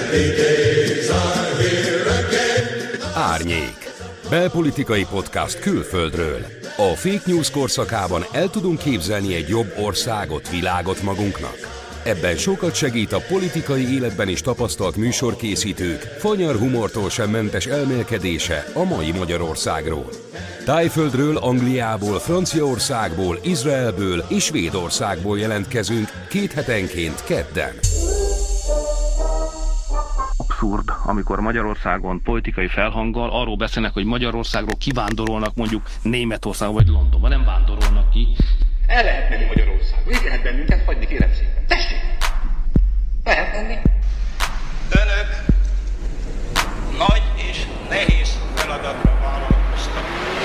Árnyék. Belpolitikai podcast külföldről. A fake news korszakában el tudunk képzelni egy jobb országot, világot magunknak. Ebben sokat segít a politikai életben is tapasztalt műsorkészítők fanyar humortól sem mentes elmélkedése a mai Magyarországról. Tájföldről, Angliából, Franciaországból, Izraelből és Svédországból jelentkezünk 2 hetenként kedden. Abszurd, amikor Magyarországon politikai felhanggal arról beszélnek, hogy Magyarországról kivándorolnak mondjuk Németországba vagy Londonba, nem vándorolnak ki. El lehet menni Magyarországon, így lehet bennünket hagyni, kérem szépen. Tessék! Lehet menni. Önök nagy és nehéz feladatra vállalkoztak.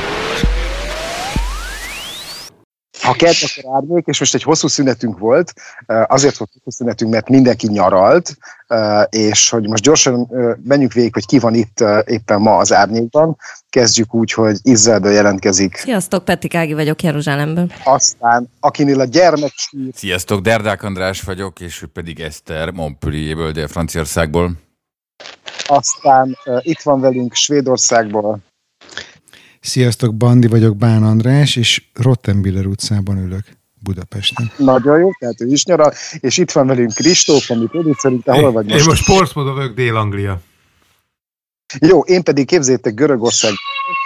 Ha kedd, akkor Árnyék, és most egy hosszú szünetünk volt, azért volt hosszú szünetünk, mert mindenki nyaralt, és hogy most gyorsan menjünk végig, hogy ki van itt éppen ma az Árnyékban. Kezdjük úgy, hogy Izraelből jelentkezik. Sziasztok, Pettik Ági vagyok Jeruzsálemből. Aztán, akinél a gyermek sír. Sziasztok, Derdák András vagyok, és ő pedig Eszter Montpellierből, Dél-Franciaországból. Aztán itt van velünk Svédországból. Sziasztok, Bandi vagyok, Bán András, és Rottenbiller utcában ülök Budapesten. Nagyon jó, tehát ő is nyaral, és itt van velünk Kristóf, ami producerünk, te hol vagy most? Én most sportmódon vagyok, Dél-Anglia. Jó, én pedig képzeljétek Görögország.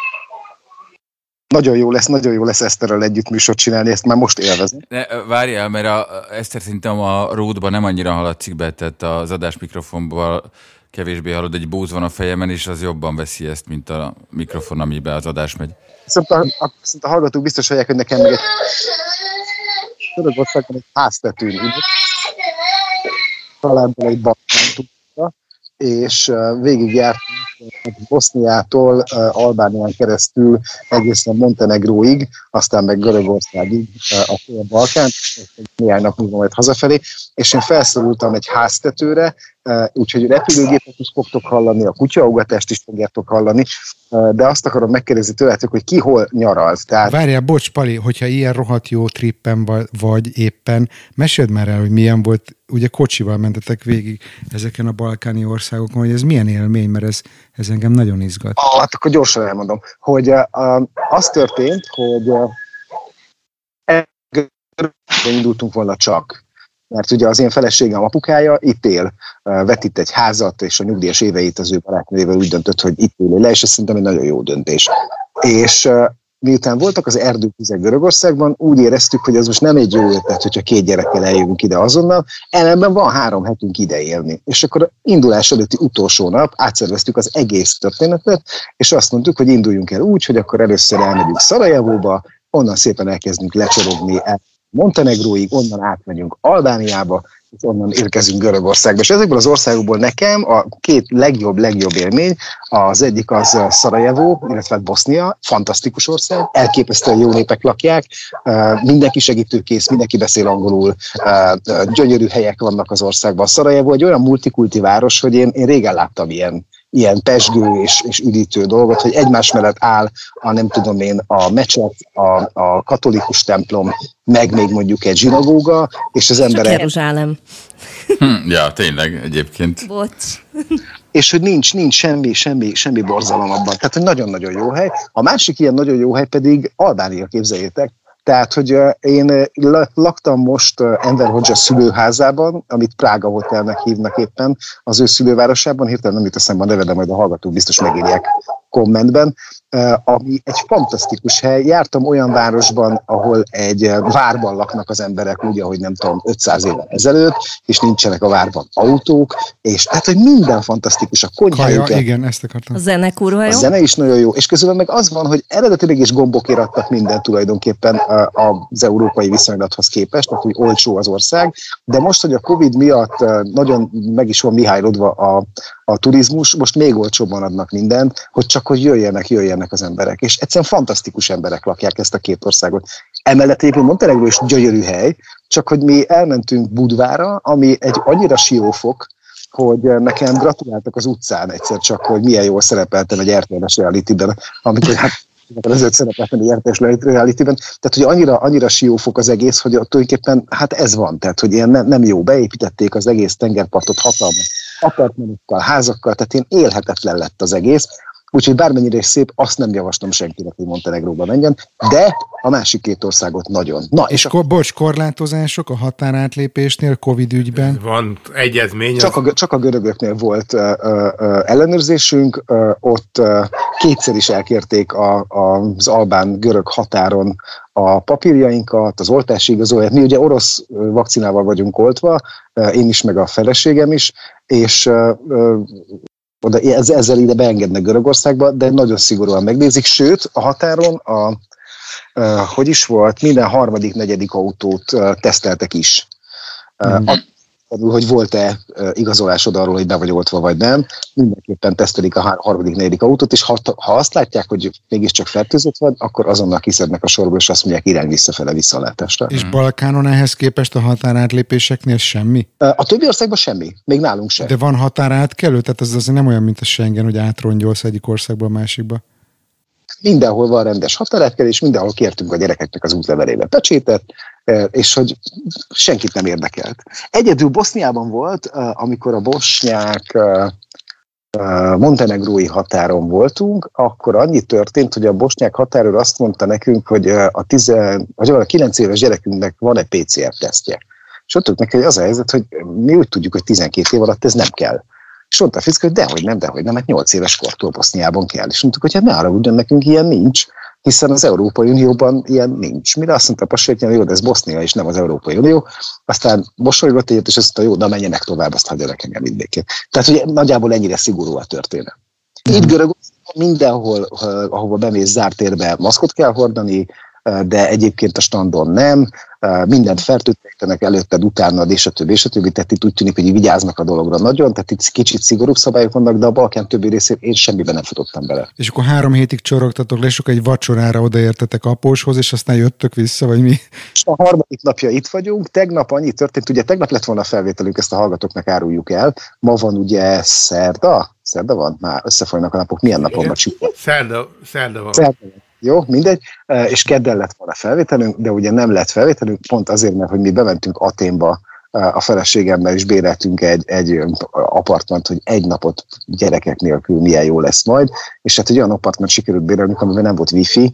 Nagyon jó lesz Eszterrel együtt műsort csinálni, ezt már most élvezem. Várjál, mert Eszter szerintem a Ródban nem annyira haladszik be, tehát az adás mikrofonban kevésbé hallod, egy búz van a fejemen, és az jobban veszi ezt, mint a mikrofon, amiben az adás megy. Viszont a hallgatók biztos hallják, hogy nekem meg egy Görögországban egy háztetőn ülök, talánból egy Balkán tudta, és végigjártunk Boszniától, Albánián keresztül egészen Montenegróig, aztán meg Görögországig a fél Balkánt, és néhány nap múlva majd hazafelé, és én felszorultam egy háztetőre, úgyhogy repülőgépet is fogtok hallani, a kutyaugatást is fogjátok hallani, de azt akarom megkérdezni tőletek, hogy ki hol nyaralt. Tehát... Várjál, bocs, Pali, hogyha ilyen rohadt jó trippen vagy éppen, meséld már el, hogy milyen volt, ugye kocsival mentetek végig ezeken a balkáni országokon, hogy ez milyen élmény, mert ez engem nagyon izgat. Hát akkor gyorsan elmondom, hogy az történt, hogy indultunk volna csak. Mert ugye az én feleségem apukája itt él, vett itt egy házat, és a nyugdíjas éveit az ő barátnőjével úgy döntött, hogy itt él le, és ez szerintem egy nagyon jó döntés. És miután voltak az erdőtüzek Görögországban, úgy éreztük, hogy ez most nem egy jó ötlet, hogyha 2 gyerekkel eljövünk ide azonnal, ellenben van 3 hetünk ide élni. És akkor indulás előtti utolsó nap átszerveztük az egész történetet, és azt mondtuk, hogy induljunk el úgy, hogy akkor először elmegyünk Szarajevóba, onnan szépen elkezdünk lecsorogni el Montenegróig, onnan átmegyünk Albániába, és onnan érkezünk Görögországba. És ezekből az országokból nekem a 2 legjobb élmény, az egyik az Szarajevó, illetve Bosznia, fantasztikus ország, elképesztően jó népek lakják, mindenki segítőkész, mindenki beszél angolul, gyönyörű helyek vannak az országban. Szarajevó egy olyan multikulti város, hogy én régen láttam ilyen pezsgő és üdítő dolgot, hogy egymás mellett áll a mecset, a katolikus templom, meg még mondjuk egy zsinagóga, és az emberek... Jeruzsálem. Ja, tényleg, egyébként. Bocs. És hogy nincs semmi borzalom abban. Tehát, hogy nagyon-nagyon jó hely. A másik ilyen nagyon jó hely pedig Albánia, képzeljétek. Tehát, hogy én laktam most Enver Hoxha szülőházában, amit Prága Hotelnek hívnak éppen az ő szülővárosában, hirtelen nem jut eszembe a neve, de majd a hallgatók biztos megírják kommentben, ami egy fantasztikus hely. Jártam olyan városban, ahol egy várban laknak az emberek, úgy, ahogy nem tudom, 500 évvel ezelőtt, és nincsenek a várban autók, és tehát, hogy minden fantasztikus, a konyhájuk. Igen, ezt akartam. A zene kurva jó. A zene is nagyon jó, és közben meg az van, hogy eredetileg is gombokért adtak minden tulajdonképpen az európai viszonylathoz képest, tehát hogy olcsó az ország, de most, hogy a Covid miatt nagyon meg is van mihályrodva a turizmus, most még olcsóbban adnak mindent, hogy csak hogy jöjjenek az emberek. És egyszerűen fantasztikus emberek lakják ezt a 2 országot. Emellett egyébként Montenegró is gyönyörű hely, csak hogy mi elmentünk Budvára, ami egy annyira siófok, hogy nekem gratuláltak az utcán egyszer csak, hogy milyen jól szerepeltem egy RTL-es reality-ben, amikor az szerepeltem egy RTL-es reality-ben. Tehát, hogy annyira siófok az egész, hogy tulajdonképpen hát ez van. Tehát, hogy ilyen nem jó. Beépítették az egész tengerpartot hatalmas apartmanokkal, házakkal, tehát ilyen élhetetlen lett az egész. Úgyhogy bármennyire is szép, azt nem javaslom senkinek, hogy Montenegróba menjen, de a másik két országot nagyon. Na, és korlátozások a határátlépésnél Covid ügyben? Van egyezmény. Csak a görögöknél volt ellenőrzésünk, ott kétszer is elkérték az albán-görög határon a papírjainkat, az oltási igazolványt. Mi ugye orosz vakcinával vagyunk oltva, én is, meg a feleségem is, és oda, ezzel ide beengednek Görögországba, de nagyon szigorúan megnézik, sőt, a határon hogy is volt, minden harmadik, negyedik autót teszteltek is. Hogy volt-e igazolásod arról, hogy be vagy oltva, vagy nem, mindenképpen tesztelik a harmadik, negyedik autót, és ha azt látják, hogy mégiscsak fertőzött vagy, akkor azonnal kiszednek a sorból, és azt mondják, irány visszafele visszalátásra. És Balkánon ehhez képest a határátlépéseknél semmi? A többi országban semmi, még nálunk sem. De van határátkelő? Tehát ez azért nem olyan, mint a Schengen, hogy átrongyolsz egyik országból a másikba? Mindenhol van rendes határátkelés, mindenhol kértünk a gyerekeknek az útlevelébe pecsétet, és hogy senkit nem érdekelt. Egyedül Boszniában volt, amikor a bosnyák montenegrói határon voltunk, akkor annyi történt, hogy a bosnyák határőr azt mondta nekünk, hogy a 9 éves gyerekünknek van egy PCR-tesztje. És ott neki, hogy az a helyzet, hogy mi úgy tudjuk, hogy 12 év alatt ez nem kell. És mondta a fiszka, hogy dehogy nem, hát 8 éves kortól Boszniában kell. És mondtuk, hogy hát ne haragudjon, nekünk ilyen nincs, hiszen az Európai Unióban ilyen nincs. Mire azt mondta a passi, hogy jó, de ez Bosznia és nem az Európai Unió. Aztán mosolygott egyet, és azt mondta, jó, de menjenek tovább, azt hagyjanak engem mindékén. Tehát, hogy nagyjából ennyire szigorú a történet. Itt Görögországban mindenhol, ahova bemész zárt térbe, maszkot kell hordani, de egyébként a standon nem, mindent fertőtlenítenek előtted, utánad, és a többi, tehát itt úgy tűnik, hogy vigyáznak a dologra nagyon, tehát itt kicsit szigorúbb szabályok vannak, de a Balkán többi részén én semmiben nem futottam bele. És akkor 3 hétig csorogtatok le, és akkor egy vacsorára odaértetek apóshoz, és aztán jöttök vissza, vagy mi? És a harmadik napja itt vagyunk, tegnap annyi történt, ugye tegnap lett volna a felvételünk, ezt a hallgatóknak áruljuk el, ma van ugye szerda van? Már összefolynak a napok, milyen napon van csütörtök? Szerda van. Jó, mindegy, és kedden lett volna felvételünk, de ugye nem lett felvételünk, pont azért, mert hogy mi bementünk Athénba a feleségemmel, és béreltünk egy apartmant, hogy egy napot gyerekek nélkül milyen jó lesz majd, és hát egy olyan apartmant sikerült bérelnünk, amiben nem volt wifi,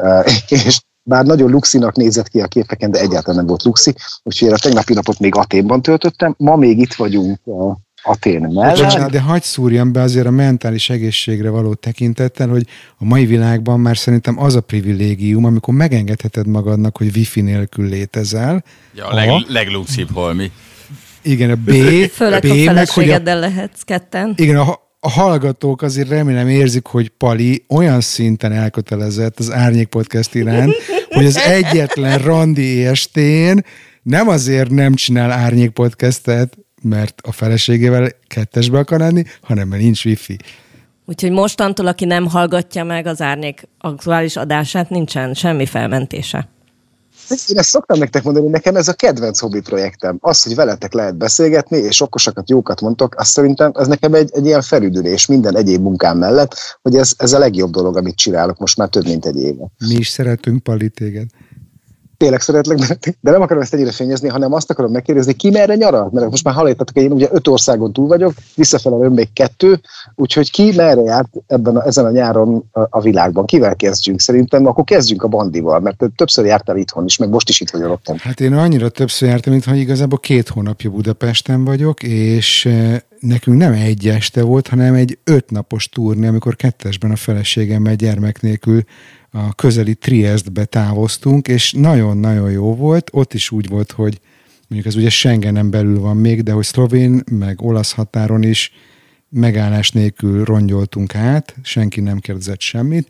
és bár nagyon luxinak nézett ki a képeken, de egyáltalán nem volt luxi, úgyhogy a tegnapi napot még Athénban töltöttem, ma még itt vagyunk Atén mellett. De hagyj szúrjam be azért a mentális egészségre való tekintettel, hogy a mai világban már szerintem az a privilégium, amikor megengedheted magadnak, hogy wifi nélkül létezel. Ja, a legluxibb holmi. Igen, a B. Főleg, ha feleségeddel lehetsz ketten. Igen, a hallgatók azért remélem érzik, hogy Pali olyan szinten elkötelezett az Árnyék Podcast iránt, hogy az egyetlen randi estén nem azért nem csinál Árnyék Podcastet, mert a feleségével kettesbe akar lenni, hanem mert nincs wifi. Úgyhogy mostantól, aki nem hallgatja meg az Árnyék aktuális adását, nincsen semmi felmentése. Én ezt szoktam nektek mondani, nekem ez a kedvenc hobbi projektem. Az, hogy veletek lehet beszélgetni, és okosakat, jókat mondtok, azt szerintem ez nekem egy ilyen felüdülés minden egyéb munkám mellett, hogy ez a legjobb dolog, amit csinálok most már több mint egy éve. Mi is szeretünk, Pali, téged. Tényleg szeretlek, de nem akarom ezt ennyire fényezni, hanem azt akarom megkérdezni, ki merre nyaralt? Mert most már hallottatok, hogy én ugye 5 országon túl vagyok, visszafele ön még 2, úgyhogy ki merre járt ezen a nyáron a világban? Kivel kezdjünk? Szerintem akkor kezdjünk a Bandival, mert többször jártál itthon is, meg most is itt vagyok otthon. Hát én annyira többször jártam itt, hogy igazából 2 hónapja Budapesten vagyok, és nekünk nem egy este volt, hanem egy 5 napos turné, amikor kettesben a feleségemmel gyermek nélkül a közeli Triestbe távoztunk, és nagyon-nagyon jó volt. Ott is úgy volt, hogy mondjuk ez ugye Schengenen belül van még, de hogy szlovén, meg olasz határon is megállás nélkül rongyoltunk át, senki nem kérdezett semmit.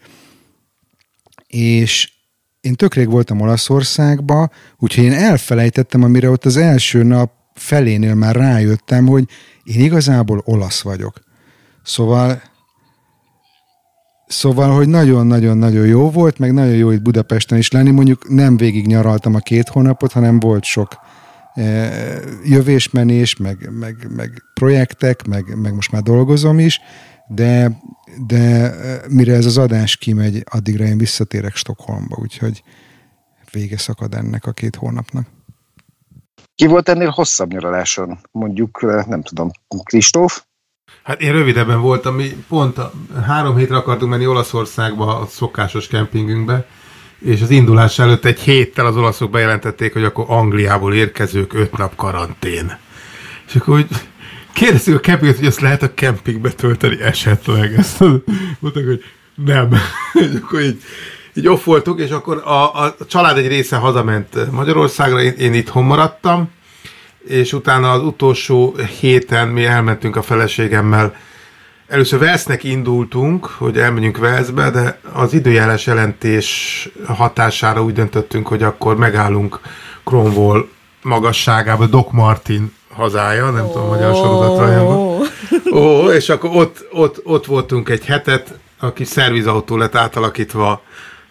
És én tök rég voltam Olaszországba, úgyhogy én elfelejtettem, amire ott az első nap felénél már rájöttem, hogy én igazából olasz vagyok. Szóval, hogy nagyon-nagyon-nagyon jó volt, meg nagyon jó itt Budapesten is lenni. Mondjuk nem végig nyaraltam a 2 hónapot, hanem volt sok jövésmenés, meg projektek, meg most már dolgozom is, de mire ez az adás kimegy, addigra én visszatérek Stockholmba, úgyhogy vége szakad ennek a 2 hónapnak. Ki volt ennél hosszabb nyaraláson? Mondjuk, nem tudom, Kristóf? Hát én rövidebben voltam, mi pont 3 hétre akartunk menni Olaszországba, a szokásos kempingünkbe, és az indulás előtt egy héttel az olaszok bejelentették, hogy akkor Angliából érkezők 5 nap karantén. És akkor úgy kérdeztük a kempinget, hogy azt lehet a kempingbe tölteni esetleg. Ezt mondták, hogy nem. És akkor így off voltunk, és akkor a család egy része hazament Magyarországra, én itthon maradtam, és utána az utolsó héten mi elmentünk a feleségemmel. Először Velsznek indultunk, hogy elmenjünk Velszbe, de az időjárás jelentés hatására úgy döntöttünk, hogy akkor megállunk Cornwall magasságában, Doc Martin hazája, nem tudom, magyar sorozatrajongó. És akkor ott voltunk egy hetet, a kis szervizautó lett átalakítva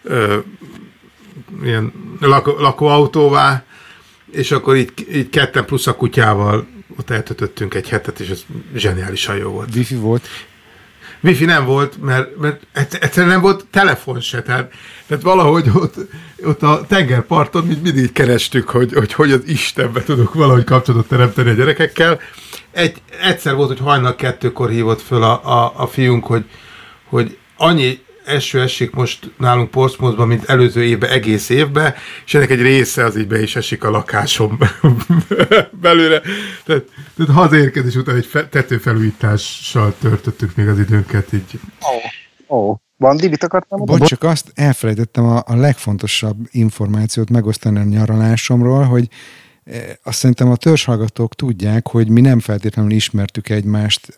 ilyen lakóautóvá, és akkor így ketten plusz a kutyával ott eltöltöttünk egy hetet, és ez zseniálisan jó volt. Wifi volt? Wifi nem volt, mert egyszerűen nem volt telefon se, tehát valahogy ott a tengerparton mindig kerestük, hogy az Istenbe tudok valahogy kapcsolatot teremteni a gyerekekkel. Egyszer volt, hogy hajnal 2-kor hívott föl a fiunk, hogy annyi eső esik most nálunk Portsmouthban, mint előző évben, egész évben, és ennek egy része az így be is esik a lakásom belőle. Tehát hazaérkezés után egy tetőfelújítással törtöttük még az időnket így. Bandi, mit akartam mondani? Bocs, csak azt elfelejtettem a legfontosabb információt megosztani a nyaralásomról, hogy azt szerintem a törzshallgatók tudják, hogy mi nem feltétlenül ismertük egymást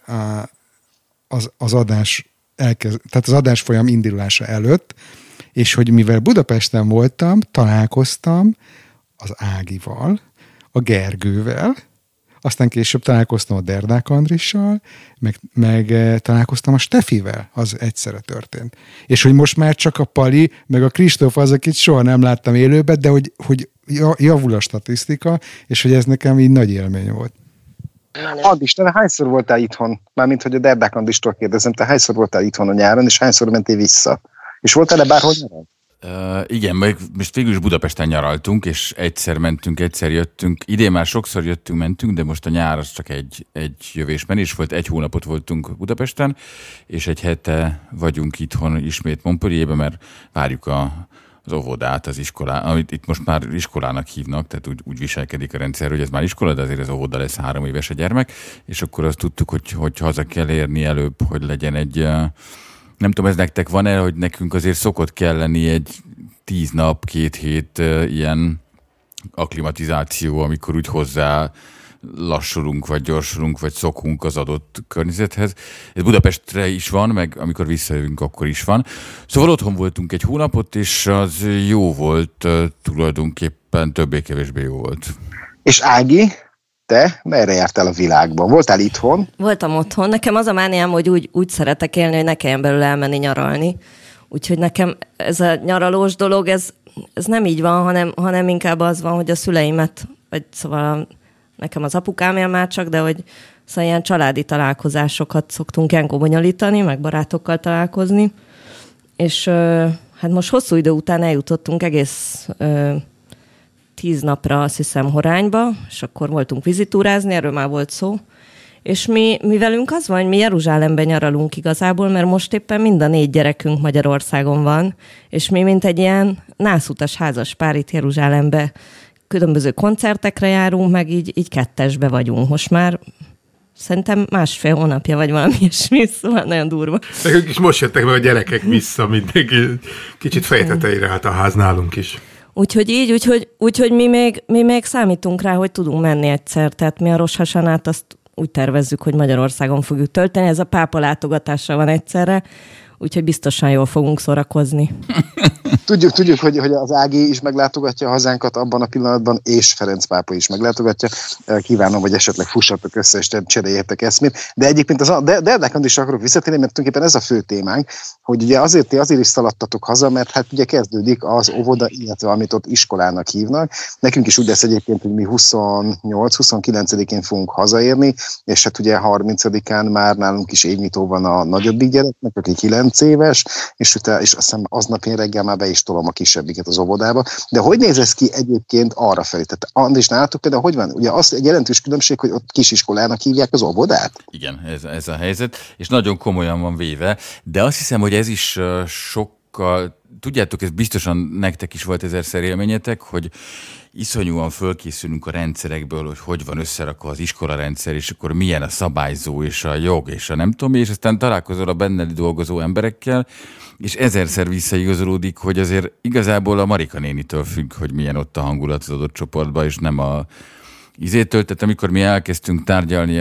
az adás tehát az adásfolyam indulása előtt, és hogy mivel Budapesten voltam, találkoztam az Ágival, a Gergővel, aztán később találkoztam a Derdák Andrissal, meg találkoztam a Stefivel, az egyszerre történt. És hogy most már csak a Pali, meg a Kristóf az, akit soha nem láttam élőben, de hogy javul a statisztika, és hogy ez nekem így nagy élmény volt. Andis, te hányszor voltál itthon? Mármint, hogy a Derdák Andistól kérdezem, te hányszor voltál itthon a nyáron, és hányszor mentél vissza? És voltál-e bárhol nyaralt? Igen, most végül is Budapesten nyaraltunk, és egyszer mentünk, egyszer jöttünk. Idén már sokszor jöttünk, mentünk, de most a nyár az csak egy jövésmenés volt. 1 hónapot voltunk Budapesten, és egy hete vagyunk itthon ismét Montpellierben, mert várjuk az óvodát, az iskolát, amit itt most már iskolának hívnak, tehát úgy viselkedik a rendszer, hogy ez már iskola, de azért az óvoda lesz 3 éves a gyermek, és akkor azt tudtuk, hogy haza kell érni előbb, hogy legyen egy, nem tudom, ez nektek van-e, hogy nekünk azért szokott kelleni egy 10 nap, 2 hét ilyen akklimatizáció, amikor úgy hozzá lassulunk, vagy gyorsulunk, vagy szokunk az adott környezethez. Ez Budapestre is van, meg amikor visszajövünk, akkor is van. Szóval otthon voltunk 1 hónapot, és az jó volt, tulajdonképpen többé-kevésbé jó volt. És Ági, te merre jártál a világban? Voltál itthon? Voltam otthon. Nekem az a mániám, hogy úgy szeretek élni, hogy ne kelljen belőle elmenni nyaralni. Úgyhogy nekem ez a nyaralós dolog, ez nem így van, hanem inkább az van, hogy a szüleimet, vagy szóval nekem az apukám él már csak, de hogy szóval ilyen családi találkozásokat szoktunk ilyenkor bonyolítani, meg barátokkal találkozni. És hát most hosszú idő után eljutottunk egész 10 napra, azt hiszem, Horányba, és akkor voltunk vizitúrázni, erről már volt szó. És mi velünk az van, hogy mi Jeruzsálemben nyaralunk igazából, mert most éppen mind a 4 gyerekünk Magyarországon van, és mi mint egy ilyen nászutas házas pár itt Jeruzsálembe különböző koncertekre járunk, meg így 2-esbe vagyunk. Most már szerintem 1,5 hónapja vagy valami ilyesmi, szóval nagyon durva. Nekünk is most jöttek meg a gyerekek vissza, mindenki kicsit fejteteire állt a ház nálunk is. Úgyhogy mi még számítunk rá, hogy tudunk menni egyszer. Tehát mi a Rosh Hasanát azt úgy tervezzük, hogy Magyarországon fogjuk tölteni. Ez a pápa látogatással van egyszerre, úgyhogy biztosan jól fogunk szórakozni. Tudjuk, hogy az Ági is meglátogatja a hazánkat abban a pillanatban, és Ferenc pápa is meglátogatja. Kívánom, hogy esetleg fussatok össze, és cseréljetek eszmét. De egyébként de Derdák is akarok visszatérni, mert tulajdonképpen ez a fő témánk, hogy ugye azért is szaladtatok haza, mert hát ugye kezdődik az óvoda, illetve amit ott iskolának hívnak. Nekünk is úgy lesz egyébként, hogy mi 28-29-én fogunk hazaérni, és hát ugye 30-án már nálunk is évnyitó van a nagyobbik gyereknek, aki 9 éves, és azt hiszem aznap én reggel már be is tolom a kisebbiket az óvodába. De hogy néz ez ki egyébként arrafelé? Tehát Andris, nálatok például hogy van? Ugye az egy jelentős különbség, hogy ott kisiskolának hívják az óvodát? Igen, ez a helyzet, és nagyon komolyan van véve, de azt hiszem, hogy ez is sokkal, tudjátok, ez biztosan nektek is volt ezerszer élményetek, hogy iszonyúan fölkészülünk a rendszerekből, hogy van összerakva az iskolarendszer, és akkor milyen a szabályzó, és a jog, és a nem tudom, és aztán találkozol a benned dolgozó emberekkel, és ezerszer visszaigazolódik, hogy azért igazából a Marika nénitől függ, hogy milyen ott a hangulat az adott csoportban, és nem a izétől. Tehát amikor mi elkezdtünk tárgyalni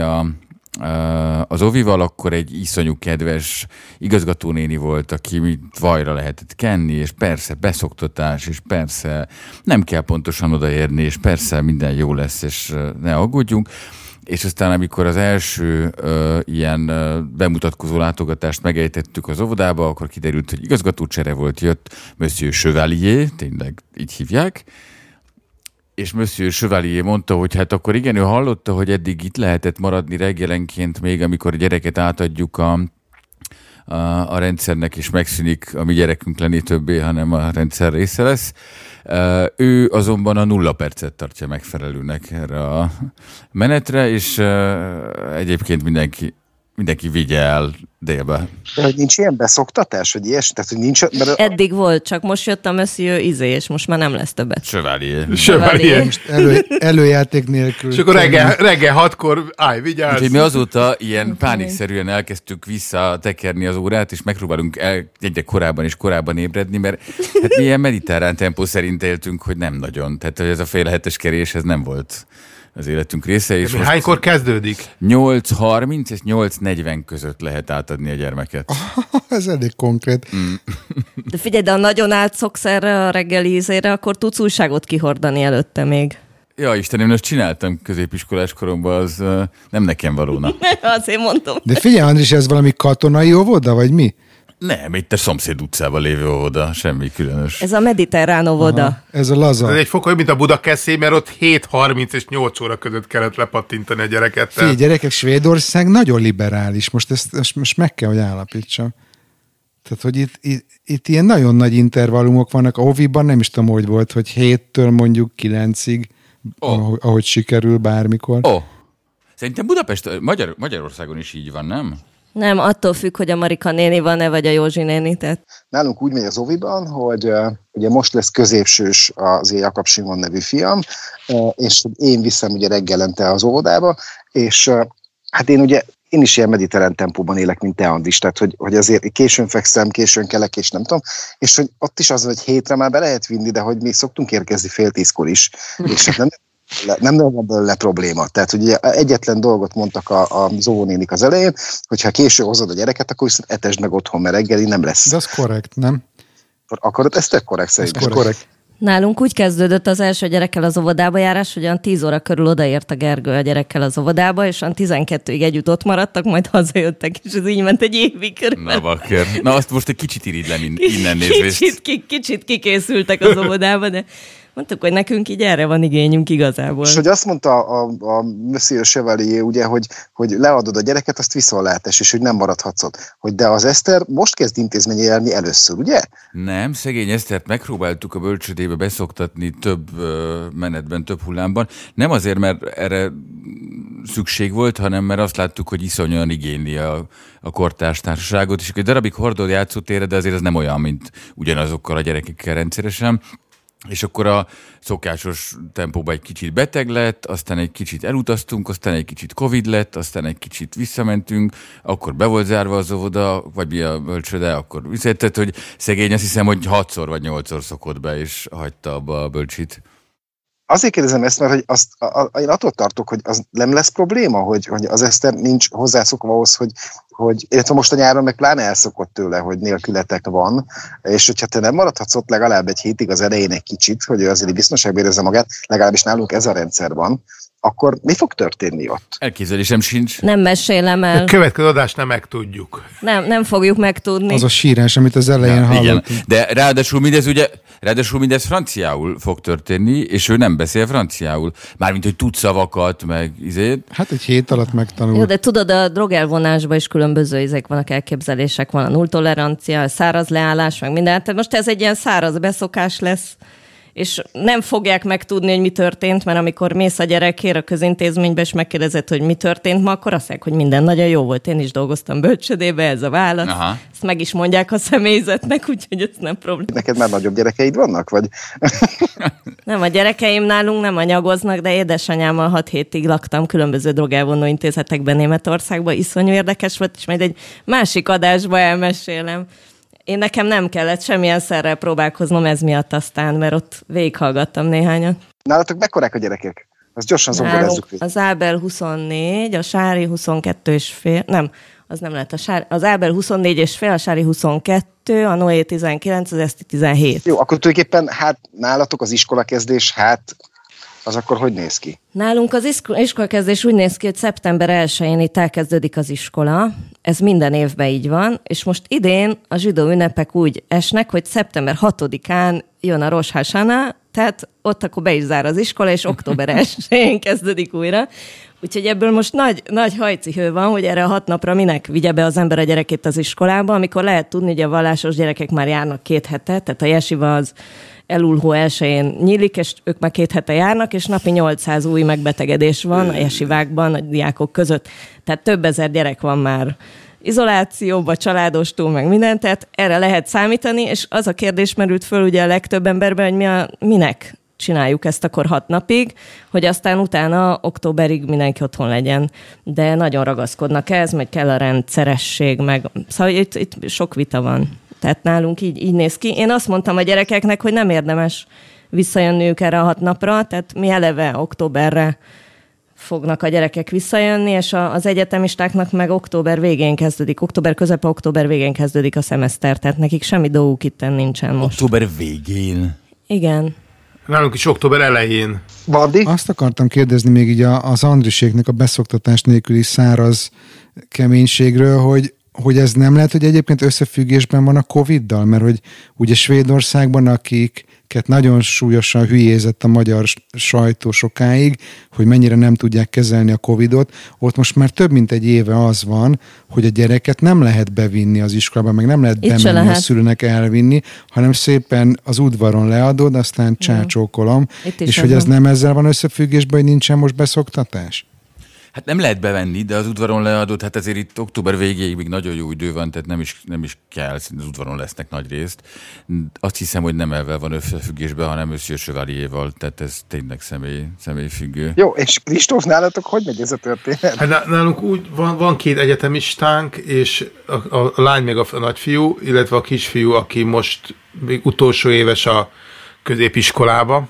az Ovival, akkor egy iszonyú kedves igazgatónéni volt, aki vajra lehetett kenni, és persze beszoktatás, és persze nem kell pontosan odaérni, és persze minden jó lesz, és ne aggódjunk. És aztán, amikor az első ilyen bemutatkozó látogatást megejtettük az óvodába, akkor kiderült, hogy igazgatócsere volt, jött Monsieur Chevalier, tényleg így hívják, és Monsieur Chevalier mondta, hogy hát akkor igen, ő hallotta, hogy eddig itt lehetett maradni reggelenként még, amikor a gyereket átadjuk a rendszernek, és megszűnik a mi gyerekünk lenni többé, hanem a rendszer része lesz. Ő azonban a 0 percet tartja megfelelőnek erre a menetre, és egyébként mindenki vigye el délbe. De hogy nincs ilyen beszoktatás, vagy ilyesmi? Tehát, hogy nincs... Eddig volt, csak most jött a Monsieur Izé, és most már nem lesz többet. Chevalier. Most előjáték nélkül. És akkor reggel 6-kor állj, vigyázz! Úgyhogy mi azóta ilyen pánikszerűen elkezdtük visszatekerni az órát, és megpróbálunk egyre korábban és korábban ébredni, mert hát mi ilyen mediterrán tempó szerint éltünk, hogy nem nagyon. Tehát ez a fél hetes kerés, ez nem volt az életünk része. És hánykor kezdődik? 8:30 és 8:40 között lehet átadni a gyermeket. Ez elég konkrét. De figyelj, de ha nagyon átszoksz erre a reggeli ízére, akkor tudsz újságot kihordani előtte még. Ja, Istenem, most csináltam középiskolás koromban, az nem nekem valóna. Azért mondtam. De figyelj, Andris, ez valami katonai óvoda, vagy mi? Nem, itt a szomszéd utcában lévő óvoda, semmi különös. Ez a mediterrán óvoda. Aha, ez a laza. Ez egy fokkal, mint a Budakeszé, mert ott 7:30 és 8 óra között kellett lepattintani a gyereket. Figyelj, gyerekek, Svédország nagyon liberális. Most ezt most meg kell, hogy állapítsam. Tehát, hogy itt ilyen nagyon nagy intervallumok vannak. A Oviban nem is tudom, hogy volt, hogy 7-től mondjuk 9-ig, ahogy sikerül bármikor. Szerintem Magyarországon is így van, nem? Nem, attól függ, hogy a Marika néni van-e, vagy a Józsi néni. Tehát... Nálunk úgy megy az Oviban, hogy ugye most lesz középsős az Jakab Simon nevű fiam, és én viszem ugye reggelente az óvodába, és hát én is ilyen mediterrán tempóban élek, mint te, Andris, tehát hogy azért későn fekszem, későn kelek, és nem tudom, és hogy ott is az, hogy 7-re már be lehet vinni, de hogy mi szoktunk érkezni 9:30 is, és nem van belőle probléma. Tehát, hogy ugye egyetlen dolgot mondtak az óvónénik az elején, hogyha késő hozod a gyereket, akkor viszont etesd meg otthon, mert reggeli nem lesz. De az korrekt, nem? Akkor ez tök korrekt szerintem. Korrekt. Nálunk úgy kezdődött az első gyerekkel az óvodába járás, hogy olyan 10 óra körül odaért a Gergő a gyerekkel az óvodába, és olyan 12-ig együtt ott maradtak, majd hazajöttek, és ez így ment egy évig körülbelül. Na bakker. Na azt most egy kicsit irigylem innen nézvést. Kicsit kikészültek az óvodába, de mondtuk, hogy nekünk így erre van igényünk igazából. És hogy azt mondta a Monsieur Chevalier, ugye, hogy leadod a gyereket, azt viszontlátás, és hogy nem maradhatsz ott. Hogy de az Eszter most kezd intézményi élni először, ugye? Nem, szegény Esztert megpróbáltuk a bölcsődébe beszoktatni több menetben, több hullámban. Nem azért, mert erre szükség volt, hanem mert azt láttuk, hogy iszonyúan igényli a kortárs társaságot, és egy darabig hordod játszótérre, de azért ez nem olyan, mint ugyanazokkal a gyerekekkel rendszeresen. És akkor a szokásos tempóban egy kicsit beteg lett, aztán egy kicsit elutaztunk, aztán egy kicsit Covid lett, aztán egy kicsit visszamentünk, akkor be volt zárva az óvoda, vagy mi a bölcsőde, akkor visszatett, hogy szegény, azt hiszem, hogy 6-szor vagy 8-szor szokott be, és hagyta abba a bölcsit. Azért kérdezem ezt, mert hogy én attól tartok, hogy az nem lesz probléma, hogy az Eszter nincs hozzászokva ahhoz, hogy illetve most a nyáron meg pláne elszokott tőle, hogy nélkületek van, és hogyha te nem maradhatsz ott legalább egy hétig az elején egy kicsit, hogy ő azért biztonságban érezze magát, legalábbis nálunk ez a rendszer van, akkor mi fog történni ott? Elképzelésem sincs. Nem mesélem el. A következő adást nem megtudjuk. Nem fogjuk megtudni. Az a sírás, amit az elején hallottunk. Igen. De ráadásul mindez ugye Ráadásul mindez franciául fog történni, és ő nem beszél franciául. Mármint, hogy tud szavakat, meg izét. Hát egy hét alatt megtanul. Jó, de tudod, a drogelvonásban is különböző izék vannak, elképzelések, van a nulltolerancia, a száraz leállás, meg minden. Tehát most ez egy ilyen száraz beszokás lesz, és nem fogják megtudni, hogy mi történt, mert amikor mész a gyerekért a közintézménybe, és megkérdezed, hogy mi történt ma, akkor azt mondják, hogy minden nagyon jó volt. Én is dolgoztam bölcsödébe, ez a válasz. Aha. Ezt meg is mondják a személyzetnek, úgyhogy ez nem probléma. Neked már nagyobb gyerekeid vannak, vagy? Nem, a gyerekeim nálunk nem anyagoznak, de édesanyámmal 6 hétig laktam különböző drogelvonó intézetekben Németországban. Iszonyú érdekes volt, és majd egy másik adásba elmesélem. Nekem nem kellett semmilyen szerrel próbálkoznom ez miatt aztán, mert ott végighallgattam néhányat. Nálatok mekkorák a gyerekek? Azt gyorsan zongorázzuk. Az Ábel 24, a Sári 22 és fél, nem, az nem lehet. Az Ábel 24 és fél, a Sári 22, a Noé 19, az Eszti 17. Jó, akkor tulajdonképpen hát nálatok az iskolakezdés, hát az akkor hogy néz ki? Nálunk az iskolakezdés úgy néz ki, hogy szeptember 1-én itt elkezdődik az iskola. Ez minden évben így van, és most idén a zsidó ünnepek úgy esnek, hogy szeptember 6-án jön a Rosh Hashanah, tehát ott akkor be is zár az iskola, és október 1-én kezdődik újra. Úgyhogy ebből most nagy hajcihő van, hogy erre a 6 napra minek vigye be az ember a gyerekét az iskolába, amikor lehet tudni, hogy a vallásos gyerekek már járnak 2 hete, tehát a jesiva az Elul-hó 1-én nyílik, és ők már 2 hete járnak, és napi 800 új megbetegedés van a jesivákban, a diákok között. Tehát több ezer gyerek van már izolációba, családostul, meg minden, tehát erre lehet számítani, és az a kérdés merült föl ugye a legtöbb emberben, hogy minek csináljuk ezt akkor 6 napig, hogy aztán utána októberig mindenki otthon legyen. De nagyon ragaszkodnak ehhez, meg kell a rendszeresség, meg szóval itt sok vita van. Tehát nálunk így néz ki. Én azt mondtam a gyerekeknek, hogy nem érdemes visszajönniük erre a 6 napra, tehát mi eleve októberre fognak a gyerekek visszajönni, és az egyetemistáknak meg október végén kezdődik, október közepe, október végén kezdődik a szemeszter, tehát nekik semmi dolguk itten nincsen most. Október végén? Igen. Nálunk is október elején. Bandi? Azt akartam kérdezni még így az Andriséknek a beszoktatás nélküli száraz keménységről, hogy ez nem lehet, hogy egyébként összefüggésben van a Covid-dal, mert hogy ugye Svédországban, akiket nagyon súlyosan hülyézett a magyar sajtó sokáig, hogy mennyire nem tudják kezelni a Covidot, ott most már több mint egy éve az van, hogy a gyereket nem lehet bevinni az iskolába, meg nem lehet bemenni a szülőnek elvinni, hanem szépen az udvaron leadod, aztán csácsókolom, és hogy ez nem ezzel van összefüggésben, hogy nincsen most beszoktatás? Hát nem lehet bevenni, de az udvaron leadott, hát ezért itt október végéig még nagyon jó idő van, tehát nem is kell, az udvaron lesznek nagy részt. Azt hiszem, hogy nem ezzel van összefüggésben, hanem Chevalier-val, tehát ez tényleg személyfüggő. Jó, és Kristóf, nálatok hogy megy ez a történet? Hát nálunk úgy van 2 egyetemistánk, és a lány meg a nagyfiú, illetve a kisfiú, aki most még utolsó éves a középiskolába.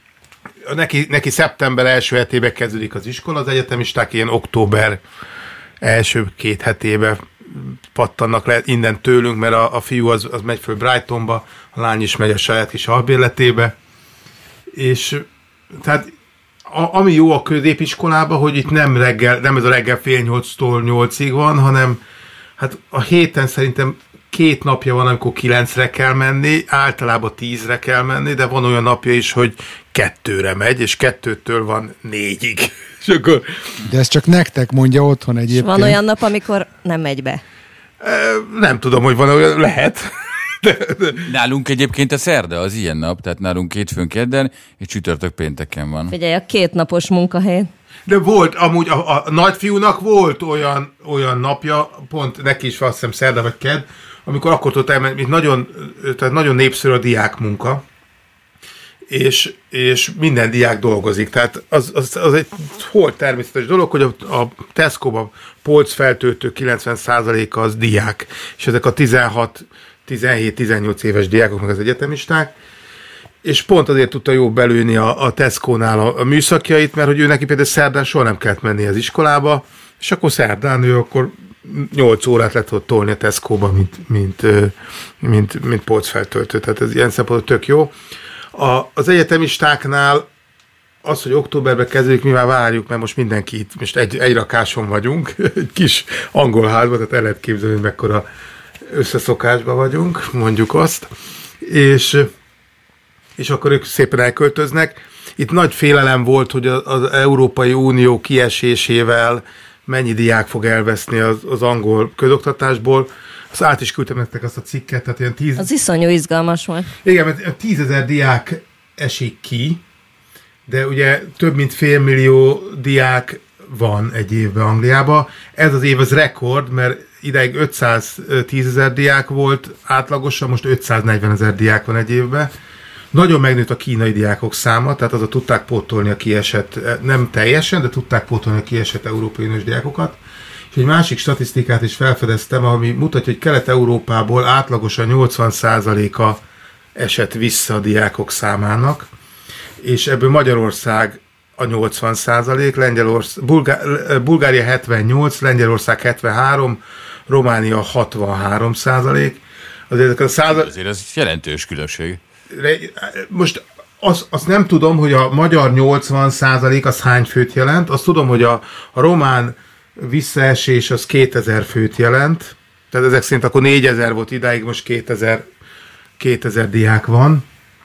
Neki szeptember első hetébe kezdődik az iskola, az egyetemisták ilyen október első 2 hetébe pattannak le innen tőlünk, mert a fiú az megy föl Brightonba, a lány is megy a saját kis albérletébe, és tehát ami jó a középiskolában, hogy itt nem ez a reggel 7:30-tól 8-ig van, hanem hát a héten szerintem 2 napja van, amikor 9-re kell menni, általában 10-re kell menni, de van olyan napja is, hogy 2-re megy, és 2-től van 4-ig. És akkor... De ez csak nektek mondja otthon egyébként. És van olyan nap, amikor nem megy be? Nem tudom, hogy van olyan, lehet. De. Nálunk egyébként a szerda az ilyen nap, tehát nálunk hétfőn, kedden, és csütörtök pénteken van. Figyelj, a 2 napos munkahely. De volt, amúgy a nagyfiúnak volt olyan napja, pont neki is azt hiszem szerda vagy kedd, amikor akkor tudott elmenni, tehát nagyon népszerű a diákmunka, és minden diák dolgozik. Tehát az egy hol természetes dolog, hogy a Tesco-ban polcfeltöltő 90%-a az diák, és ezek a 17-18 éves diákok, meg az egyetemisták, és pont azért tudta jó belőni a Tesco-nál a műszakjait, mert hogy ő neki például szerdán soha nem kellett menni az iskolába, és akkor szerdán ő akkor 8 órát le tudott tolni a Tesco-ba, mint polcfeltöltő. Tehát ez ilyen szempontból tök jó. Az egyetemistáknál az, hogy októberben kezdődik, mi már várjuk, mert most mindenki itt, most egy rakáson vagyunk, egy kis angol házban, tehát el lehet képzelni, hogy mekkora összeszokásban vagyunk, mondjuk azt. És és akkor ők szépen elköltöznek. Itt nagy félelem volt, hogy az Európai Unió kiesésével mennyi diák fog elveszni az angol közoktatásból. Azt át is küldtem nektek azt a cikket. Tehát ilyen az iszonyú izgalmas volt. Igen, mert 10 000 diák esik ki, de ugye több mint 500 000 diák van egy évben Angliában. Ez az év az rekord, mert ideig 510 000 diák volt átlagosan, most 540 000 diák van egy évben. Nagyon megnőtt a kínai diákok száma, tehát azon tudták pótolni a kiesett, nem teljesen, de tudták pótolni a kiesett Európai Uniós diákokat. És egy másik statisztikát is felfedeztem, ami mutatja, hogy Kelet-Európából átlagosan 80%-a esett vissza a diákok számának, és ebből Magyarország a 80%, Bulgária 78%, Lengyelország 73%, Románia 63%. Azért ez jelentős különbség. Most azt nem tudom, hogy a magyar 80% az hány főt jelent, azt tudom, hogy a román visszaesés az 2000 főt jelent, tehát ezek szerint akkor 4000 volt idáig, most 2000 diák van.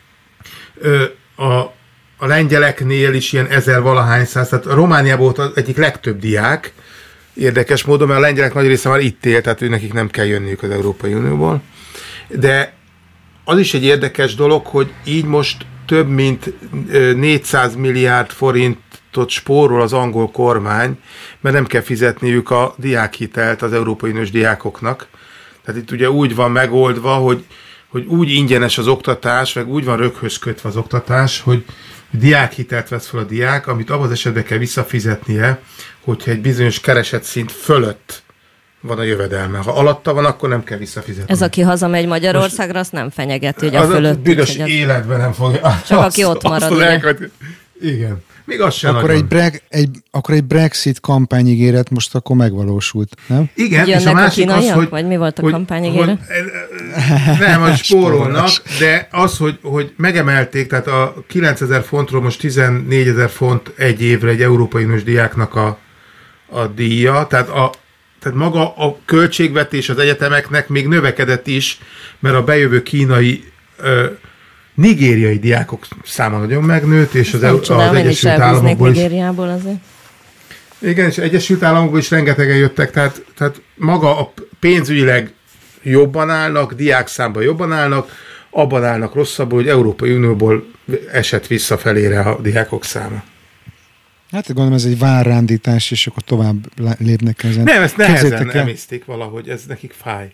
A lengyeleknél is ilyen 1000-valahány száz, tehát a Romániában volt az egyik legtöbb diák, érdekes módon, mert a lengyelek nagy része már itt él, tehát nekik nem kell jönniük az Európai Unióból. De az is egy érdekes dolog, hogy így most több mint 400 milliárd forintot spórol az angol kormány, mert nem kell fizetniük a diákhitelt az Európai Uniós diákoknak. Tehát itt ugye úgy van megoldva, hogy úgy ingyenes az oktatás, meg úgy van röghöz kötve az oktatás, hogy diákhitelt vesz fel a diák, amit abban az esetben kell visszafizetnie, hogyha egy bizonyos keresetszint fölött van a jövedelme. Ha alatta van, akkor nem kell visszafizetni. Ez aki hazamegy Magyarországra, azt nem fenyegeti, hogy a fölött. Az büdös életben nem fogja. Csak aki ott marad. Igen. Még az sem akkor egy Brexit kampányigéret most akkor megvalósult, nem? Igen, jönnek és a másik az, hogy... Vagy mi volt a kampányigéret? Nem, hogy spórolnak, de az, hogy megemelték, tehát a 9000 fontról most 14 000 font egy évre egy Európai Uniós diáknak a díja, tehát maga a költségvetés az egyetemeknek még növekedett is, mert a bejövő kínai nigériai diákok száma nagyon megnőtt, és az Egyesült Államokból is. Nigériából azért. Igen, és Egyesült Államokból is rengetegen jöttek, tehát maga a pénzügyileg jobban állnak, diákszámban jobban állnak, abban állnak rosszabbul, hogy Európai Unióból esett visszafelére a diákok száma. Hát gondolom ez egy várrándítás, és akkor tovább lépnek ezen. Nem, ezt nehezen emészték valahogy, ez nekik fáj.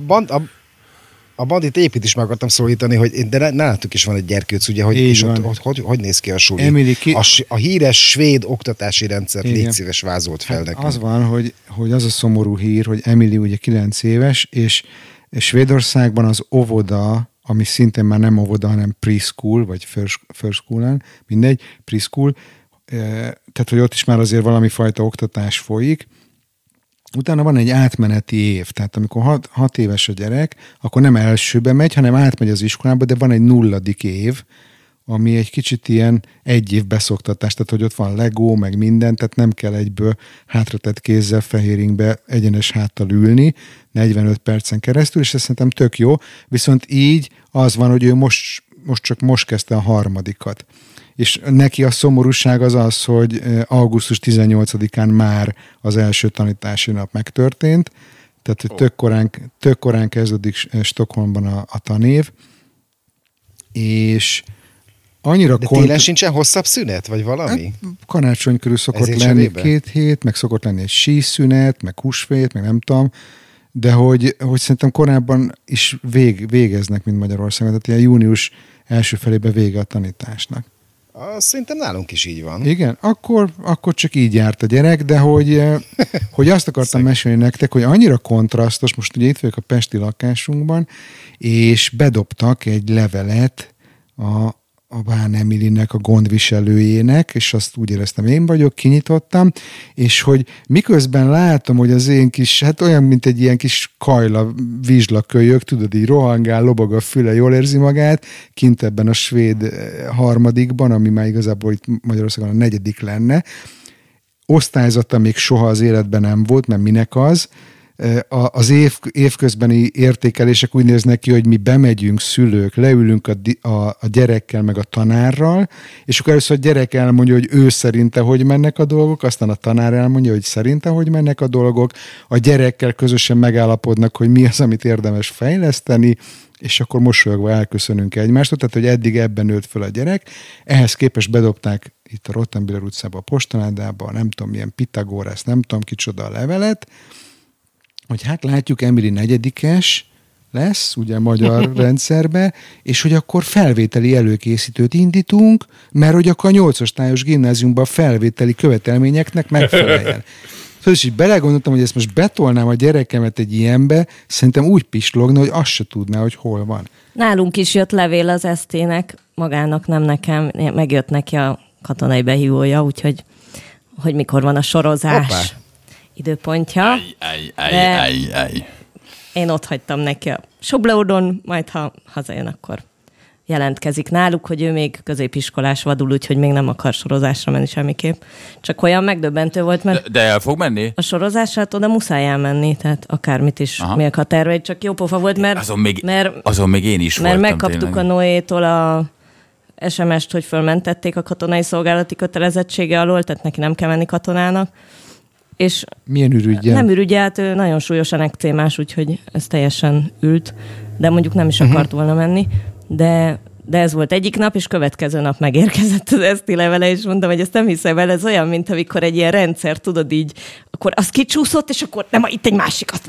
A bandit épít is meg akartam szólítani, hogy de nálatok is van egy gyerkőc, ugye, hogy néz ki a suli? Emily, a híres svéd oktatási rendszert légy szíves vázolt fel nekem. Az van, hogy az a szomorú hír, hogy Emily ugye 9 éves, és Svédországban az óvoda, ami szintén már nem óvoda, hanem preschool, vagy first school-en, mindegy, preschool, tehát hogy ott is már azért valami fajta oktatás folyik. Utána van egy átmeneti év, tehát amikor 6 éves a gyerek, akkor nem elsőbe megy, hanem átmegy az iskolába, de van egy 0. év, ami egy kicsit ilyen egy év beszoktatás, tehát hogy ott van Lego, meg minden, tehát nem kell egyből hátratett kézzel fehéringbe egyenes háttal ülni 45 percen keresztül, és ez szerintem tök jó, viszont így az van, hogy ő most kezdte a 3. És neki a szomorúság az, hogy augusztus 18-án már az első tanítási nap megtörtént, tehát hogy tök korán kezdődik Stockholmban a tanév, és annyira... De télen sincsen hosszabb szünet, vagy valami? Hát, karácsony körül szokott lenni 2 hét, meg szokott lenni egy síszünet, meg húsvét, meg nem tudom, de hogy szerintem korábban is végeznek, mint Magyarországon, tehát ilyen június első felében vége a tanításnak. Szerintem nálunk is így van. Igen, akkor csak így járt a gyerek, de hogy azt akartam mesélni nektek, hogy annyira kontrasztos, most ugye itt vagyok a pesti lakásunkban, és bedobtak egy levelet a Bán Emilynek, a gondviselőjének, és azt úgy éreztem, én vagyok, kinyitottam, és hogy miközben látom, hogy az én kis, hát olyan, mint egy ilyen kis kajla, vizslakölyök, tudod, így rohangál, lobog a füle, jól érzi magát, kint ebben a svéd 3. ami már igazából itt Magyarországon a 4. lenne. Osztályzata még soha az életben nem volt, mert minek az, az évközbeni értékelések úgy néznek ki, hogy mi bemegyünk, szülők, leülünk a gyerekkel meg a tanárral, és akkor először a gyerek elmondja, hogy ő szerinte hogy mennek a dolgok, aztán a tanár elmondja, hogy szerinte hogy mennek a dolgok, a gyerekkel közösen megállapodnak, hogy mi az, amit érdemes fejleszteni, és akkor mosolyogva elköszönünk egymástól, tehát hogy eddig ebben nőtt föl a gyerek. Ehhez képest bedobták itt a Rottenbiller utcába, a Postaládába, nem tudom milyen Pitagórász, nem tudom kicsoda a levelet, hogy hát látjuk, Emily negyedikes lesz, ugye a magyar rendszerbe, és hogy akkor felvételi előkészítőt indítunk, mert hogy akkor a 8-osztályos gimnáziumban felvételi követelményeknek megfeleljen. Szóval is így belegondoltam, hogy ezt most betolnám a gyerekemet egy ilyenbe, szerintem úgy pislogna, hogy azt se tudná, hogy hol van. Nálunk is jött levél az ST-nek, magának, nem nekem, megjött neki a katonai behívója, úgyhogy hogy mikor van a sorozás. Hoppá. Időpontja. Én ott hagytam neki a Soblaudon, majd ha hazajön, akkor jelentkezik náluk, hogy ő még középiskolás vadul, úgyhogy még nem akar sorozásra menni semmiképp. Csak olyan megdöbbentő volt, mert... De el fog menni? A sorozásra oda muszáj elmenni, tehát akármit is még a terveid, csak jó pofa volt, mert... Azon még én is voltam. Mert megkaptuk tényleg a Noétól a SMS-t, hogy fölmentették a katonai szolgálati kötelezettsége alól, tehát neki nem kell menni katonának. És milyen ürügyen? Nem ürügye, hát ő nagyon súlyosan ekcémás, úgyhogy ez teljesen ült, de mondjuk nem is akart volna menni, de ez volt egyik nap, és következő nap megérkezett az eszti levele, és mondtam, hogy ezt nem hiszem el, ez olyan, mint amikor egy ilyen rendszer, tudod így, akkor az kicsúszott, és akkor nem, itt egy másik, azt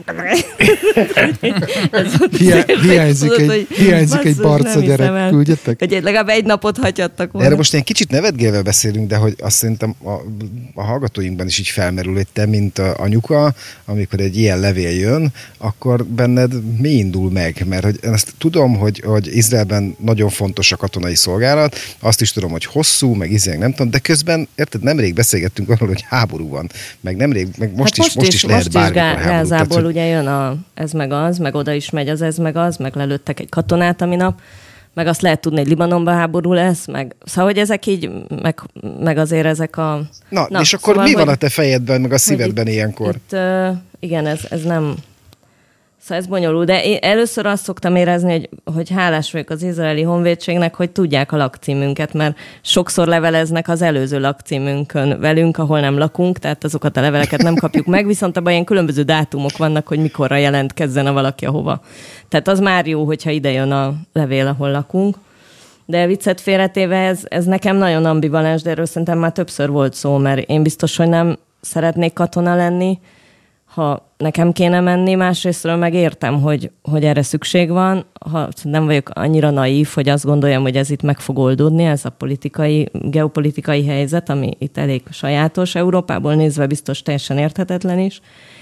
hiányzik egy barca gyerek, küldjetek? Hogy legalább egy napot hagyhattak volna. Erre most egy kicsit nevetgélve beszélünk, de hogy azt szerintem a hallgatóinkban is így felmerül, hogy te, mint anyuka, amikor egy ilyen levél jön, akkor benned mi indul meg? Mert hogy én azt tudom, hogy Izraelben nagyon fontos a katonai szolgálat, azt is tudom, hogy hosszú, meg nem tudom, de közben, érted, nemrég beszélgettünk arról, hogy háború van, meg nemrég, meg most is lehet bármikor háború. Gázából ugye jön ez meg az, meg oda is megy az ez meg az, meg lelőttek egy katonát a minap, meg azt lehet tudni, hogy Libanonban háború lesz, meg szóval, hogy ezek így, meg azért ezek a... Na és akkor szóval, mi van a te fejedben, meg a szívedben ilyenkor? Igen, ez nem... Szóval ez bonyolult, de én először azt szoktam érezni, hogy hálás vagyok az izraeli honvédségnek, hogy tudják a lakcímünket, mert sokszor leveleznek az előző lakcímünkön velünk, ahol nem lakunk, tehát azokat a leveleket nem kapjuk meg, viszont abban ilyen különböző dátumok vannak, hogy mikorra jelentkezzen a valaki ahova. Tehát az már jó, hogyha ide jön a levél, ahol lakunk. De viccet félretéve ez nekem nagyon ambivalens, de erről szerintem már többször volt szó, mert én biztos, hogy nem szeretnék katona lenni, ha nekem kéne menni, másrésztről meg értem, hogy erre szükség van. Ha nem vagyok annyira naív, hogy azt gondoljam, hogy ez itt meg fog oldódni, ez a geopolitikai helyzet, ami itt elég sajátos, Európából nézve biztos teljesen érthetetlen is.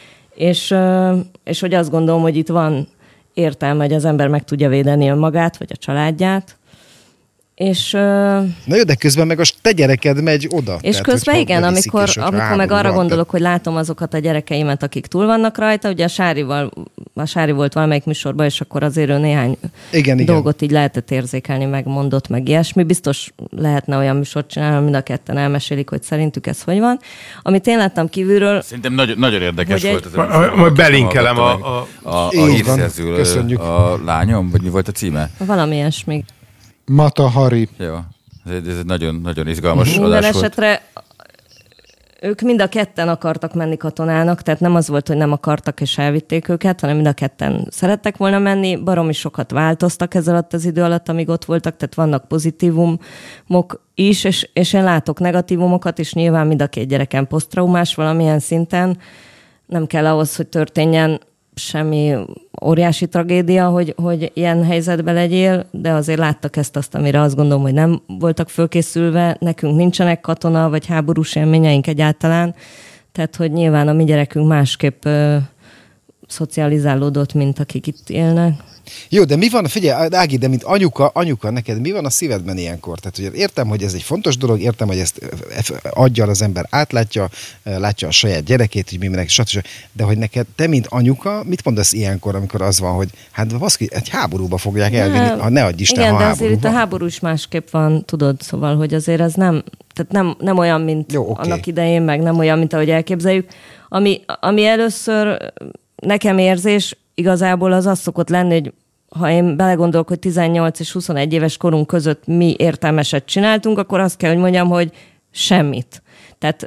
És hogy azt gondolom, hogy itt van értelme, hogy az ember meg tudja védeni önmagát, vagy a családját. Na jó, de közben meg a te gyereked megy oda. És tehát, közben igen, amikor meg arra gondolok, hogy látom azokat a gyerekeimet, akik túl vannak rajta, ugye a Sári volt valamelyik műsorban, és akkor azért ő néhány dolgot így lehetett érzékelni, megmondott, meg ilyesmi. Biztos lehetne olyan műsort csinálni, mind a ketten elmesélik, hogy szerintük ez hogy van. Amit én láttam kívülről... Szerintem nagyon érdekes volt. Majd belinkelem a hírszerző, a lányom, vagy mi volt a címe? Valami ilyesmi. Mata Hari. Jó, ez egy nagyon izgalmas adás volt. Minden esetre ők mind a ketten akartak menni katonának, tehát nem az volt, hogy nem akartak és elvitték őket, hanem mind a ketten szerettek volna menni. Baromi sokat változtak ez alatt az idő alatt, amíg ott voltak, tehát vannak pozitívumok is, és én látok negatívumokat, és nyilván mind a két gyereken posztraumás valamilyen szinten. Nem kell ahhoz, hogy történjen semmi óriási tragédia, hogy ilyen helyzetben legyél, de azért láttak ezt-azt, amire azt gondolom, hogy nem voltak fölkészülve, nekünk nincsenek katona, vagy háborús élményeink egyáltalán, tehát hogy nyilván a mi gyerekünk másképp szocializálódott, mint akik itt élnek. Jó, de mi van, figyelj, Ági, de mint anyuka, neked mi van a szívedben ilyenkor? Tehát ugye értem, hogy ez egy fontos dolog, értem, hogy ezt aggyal az ember átlátja, látja a saját gyerekét, hogy mi mindenki, stb. De hogy neked, te mint anyuka, mit mondasz ilyenkor, amikor az van, hogy hát baszki, egy háborúba fogják elvinni, ha ne adj Isten, igen, ha de háború azért van. itt a háború is másképp van, tudod, szóval, hogy azért ez nem olyan, mint jó, okay. Annak idején, meg nem olyan, mint ahogy elképzeljük. Ami először nekem érzés igazából az szokott lenni, hogy ha én belegondolok, hogy 18 és 21 éves korunk között mi értelmeset csináltunk, akkor azt kell, hogy mondjam, hogy semmit. Tehát,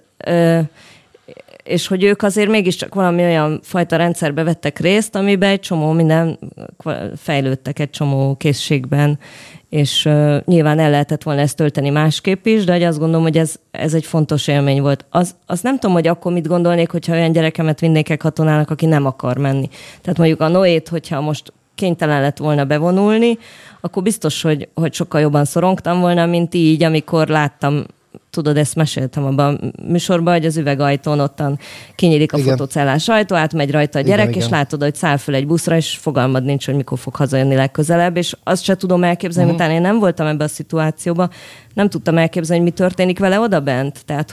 és hogy ők azért mégiscsak valami olyan fajta rendszerbe vettek részt, amiben egy csomó minden fejlődtek egy csomó készségben, és nyilván el lehetett volna ezt tölteni másképp is, de azt gondolom, hogy ez egy fontos élmény volt. Az nem tudom, hogy akkor mit gondolnék, hogyha olyan gyerekemet vinnék katonának, aki nem akar menni. Tehát mondjuk a Noét, hogyha most kénytelen lett volna bevonulni, akkor biztos, hogy sokkal jobban szorongtam volna, mint így, amikor láttam, tudod, ezt meséltem abban a műsorban, hogy az üvegajtón ottan kinyílik a fotócellás ajtó, átmegy rajta a gyerek, és látod, hogy száll föl egy buszra, és fogalmad nincs, hogy mikor fog hazajönni legközelebb, és azt se tudom elképzelni, utána én nem voltam ebben a szituációban, nem tudtam elképzelni, hogy mi történik vele odabent, tehát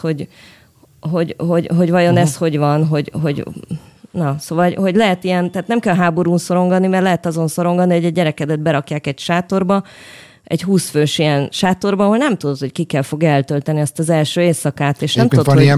hogy vajon ez hogy van, hogy na, szóval, hogy lehet ilyen, tehát nem kell háborún szorongani, mert lehet azon szorongani, hogy a gyerekedet berakják egy sátorba, egy 20 fős ilyen sátorba, ahol nem tudod, hogy kikkel fog eltölteni azt az első éjszakát, és nem tudod, van ilyen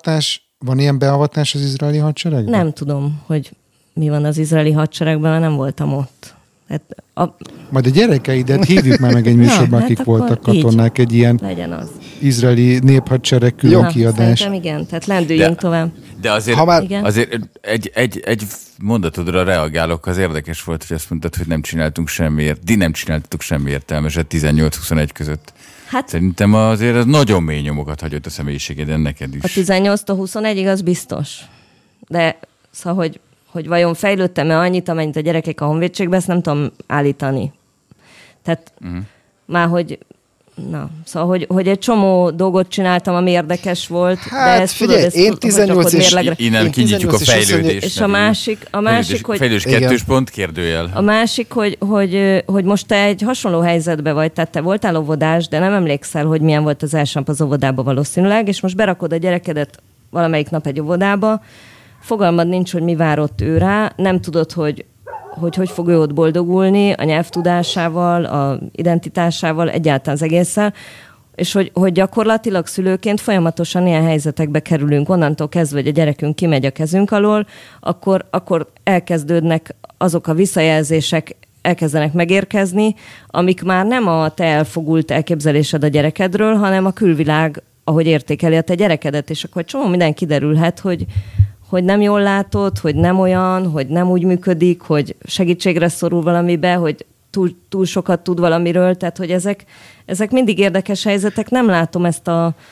beavatás az izraeli hadseregben? Nem tudom, hogy mi van az izraeli hadseregben, mert nem voltam ott. Majd a gyerekeidet hívjuk már meg egy műsorban, akik voltak katonák, egy ilyen izraeli néphadsereg külön kiadás. Szerintem igen, tehát lendüljünk tovább. De azért, azért egy mondatodra reagálok, az érdekes volt, hogy azt mondtad, hogy nem csináltunk semmiért, nem csináltatok semmi értelmeset 18-21 között. Hát, szerintem azért ez nagyon mély nyomokat hagyott a személyiségeden neked is. A 18-21-ig az biztos. De szóval, hogy vajon fejlődtem-e annyit, amennyit a gyerekek a honvédségbe, ezt nem tudom állítani. Tehát már, hogy szóval, hogy egy csomó dolgot csináltam, ami érdekes volt, hát, de ezt figyelj, tudod, én 18 és... Innen kinyitjuk a fejlődést. És a másik, hogy... Fejlődés kettős pont, kérdőjel. A másik, hogy most te egy hasonló helyzetben vagy, tehát te voltál óvodás, de nem emlékszel, hogy milyen volt az első nap az óvodába valószínűleg, és most berakod a gyerekedet valamelyik nap egy óvodába, fogalmad nincs, hogy mi vár ott ő rá, nem tudod, hogy fog ő ott boldogulni a nyelvtudásával, a identitásával, egyáltalán az egésszel, és hogy gyakorlatilag szülőként folyamatosan ilyen helyzetekbe kerülünk, onnantól kezdve, hogy a gyerekünk kimegy a kezünk alól, akkor elkezdődnek azok a visszajelzések, elkezdenek megérkezni, amik már nem a te elfogult elképzelésed a gyerekedről, hanem a külvilág, ahogy értékeli a te gyerekedet, és akkor csomó minden kiderülhet, hogy nem jól látod, hogy nem olyan, hogy nem úgy működik, hogy segítségre szorul valamibe, hogy túl sokat tud valamiről, tehát hogy ezek mindig érdekes helyzetek. Nem látom ezt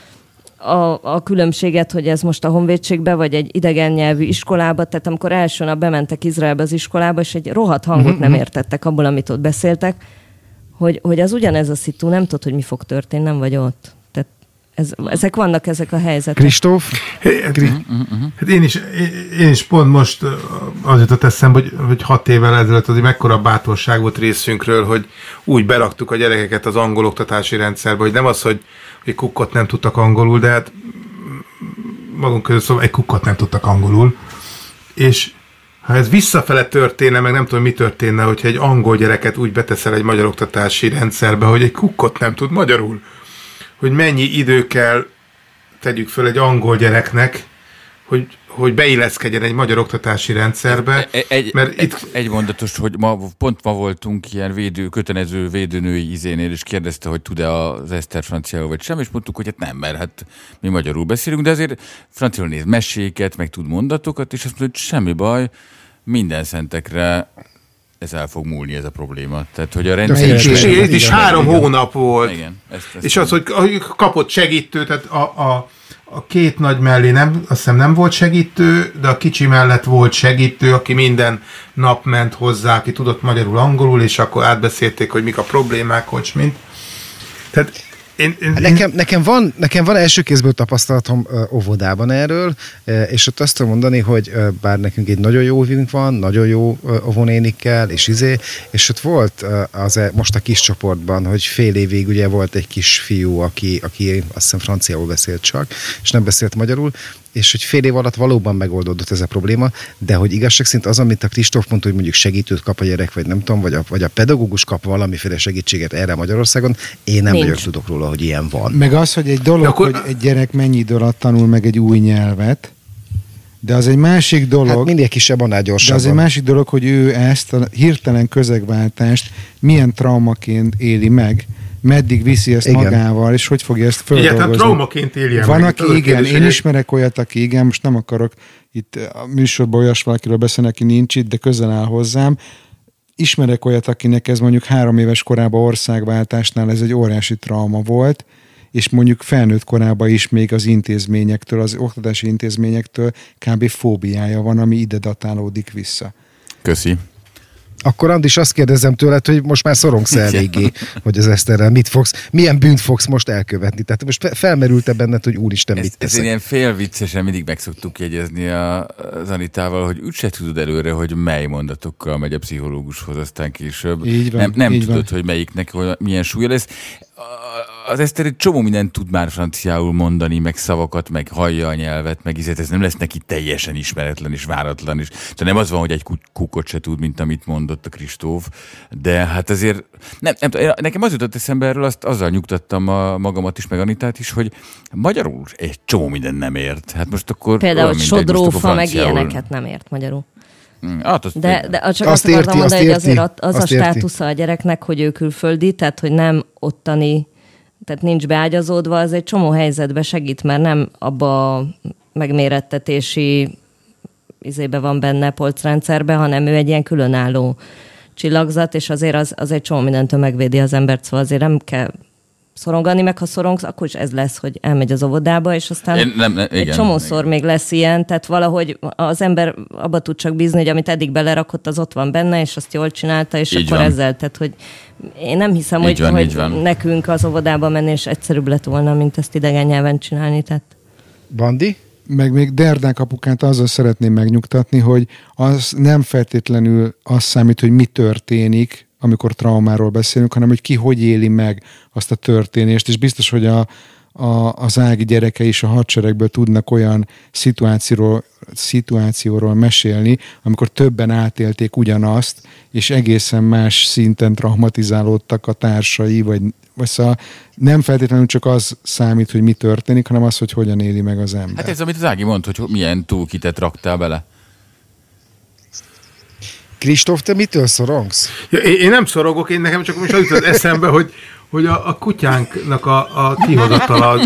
a különbséget, hogy ez most a honvédségbe, vagy egy idegen nyelvű iskolába, tehát amikor első nap bementek Izraelbe az iskolába, és egy rohadt hangot nem értettek abból, amit ott beszéltek, hogy az ugyanez a szitu, nem tudod, hogy mi fog történni, nem vagy ott. Ezek vannak, ezek a helyzetek. Kristóf? Hát én is pont most az jutott eszembe, hogy 6 évvel ezelőtt azért mekkora bátorság volt részünkről, hogy úgy beraktuk a gyerekeket az angol oktatási rendszerbe, hogy nem az, hogy kukkot nem tudtak angolul, de hát magunk között szóval egy kukkot nem tudtak angolul. És ha ez visszafele történne, meg nem tudom, mi történne, hogyha egy angol gyereket úgy beteszel egy magyar oktatási rendszerbe, hogy egy kukkot nem tud magyarul, hogy mennyi idő kell, tegyük föl egy angol gyereknek, hogy beilleszkedjen egy magyar oktatási rendszerbe. Egy mondatos, hogy pont ma voltunk ilyen kötelező védőnői izénél, és kérdezte, hogy tud-e az Eszter franciául vagy sem, és mondtuk, hogy hát nem, mert hát mi magyarul beszélünk, de azért franciául néz meséket, meg tud mondatokat, és azt mondja, hogy semmi baj, minden szentekre ez el fog múlni, ez a probléma. Tehát, hogy a rendszer... Itt is 3 hónap volt. Igen, ezt és az, hogy kapott segítő, tehát a 2 nagy mellé azt hiszem nem volt segítő, de a kicsi mellett volt segítő, aki minden nap ment hozzá, aki tudott magyarul, angolul, és akkor átbeszélték, hogy mik a problémák, hogy mint. Tehát Nekem van első kézből tapasztalatom óvodában erről, és ott azt tudom mondani, hogy bár nekünk egy nagyon jó óvünk van, nagyon jó óvónénikkel, és ott volt most a kis csoportban, hogy fél évig ugye volt egy kis fiú, aki azt hiszem franciául beszélt csak, és nem beszélt magyarul, és hogy fél év alatt valóban megoldódott ez a probléma, de hogy igazság szerint az, amit a Kristóf mondta, hogy mondjuk segítőt kap a gyerek, vagy nem tudom, vagy a pedagógus kap valamiféle segítséget erre Magyarországon, én nem vagyok tudok róla, hogy ilyen van. Meg az, hogy egy dolog, hogy egy gyerek mennyi idő alatt tanul meg egy új nyelvet, De az egy másik dolog. Hát minél kisebb, annál gyorsabban. De az egy másik dolog, hogy ő ezt a hirtelen közegváltást milyen traumaként éli meg, meddig viszi ezt magával, és hogy fogja ezt földolgozni. Igen, tehát traumaként éli Van, aki igen, én ismerek olyat, aki igen, most nem akarok itt a műsorban olyas valakiről beszélni, aki nincs itt, de közel áll hozzám. Ismerek olyat, akinek ez mondjuk 3 éves korában országváltásnál ez egy óriási trauma volt, és mondjuk felnőtt korában is még az intézményektől, az oktatási intézményektől kb. Fóbiája van, ami ide datálódik vissza. Köszi. Akkor Andis, azt kérdezem tőled, hogy most már szorongsz eléggé, hogy az Eszterrel milyen bűnt fogsz most elkövetni. Tehát most felmerült-e benned, hogy úristen, mit teszek? Ez ilyen félviccesen mindig meg szoktuk jegyezni az Anitával, hogy úgyse tudod előre, hogy mely mondatokkal megy a pszichológushoz, aztán később. Így van, nem így tudod, van. hogy melyiknek milyen súlya lesz. Az Eszter egy csomó mindent tud már franciául mondani, meg szavakat, meg hallja a nyelvet, meg izet, ez nem lesz neki teljesen ismeretlen és váratlan is. Tehát nem az van, hogy egy kukot se tud, mint amit mondott a Kristóf, de hát azért nem, nekem az jutott eszembe erről, azzal nyugtattam magamat is, meg Anitát is, hogy magyarul egy csomó minden nem ért. Hát most akkor például sodrófa, meg ilyeneket nem ért magyarul. De csak azt akartam mondani, hogy azért az a státusza a gyereknek, hogy ő külföldi, tehát hogy nem ottani, tehát nincs beágyazódva, az egy csomó helyzetbe segít, mert nem abba a megmérettetési izébe van benne, polcrendszerbe, hanem ő egy ilyen különálló csillagzat, és azért az egy csomó mindentől megvédi az embert, szóval azért nem kell szorongani, meg ha szorongsz, akkor is ez lesz, hogy elmegy az óvodába, és aztán egy csomószor még lesz ilyen, tehát valahogy az ember abba tud csak bízni, hogy amit eddig belerakott, az ott van benne, és azt jól csinálta, és így akkor van. Ezzel, tehát hogy én nem hiszem, hogy nekünk az óvodába menni, és egyszerűbb lett volna, mint ezt idegen nyelven csinálni. Tehát. Bandi? Meg még Derdák apukát azzal szeretném megnyugtatni, hogy az nem feltétlenül az számít, hogy mi történik, amikor traumáról beszélünk, hanem hogy ki hogy éli meg azt a történést, és biztos, hogy az Ági gyereke is a hadseregből tudnak olyan szituációról mesélni, amikor többen átélték ugyanazt, és egészen más szinten traumatizálódtak a társai, vagy szóval nem feltétlenül csak az számít, hogy mi történik, hanem az, hogy hogyan éli meg az ember. Hát ez, amit az Ági mondta, hogy milyen túlkitet raktál bele. Kristóf, te mitől szorongsz? Ja, én nem szorogok, én nekem csak most az jutott eszembe, hogy a kutyánknak a kihozatala.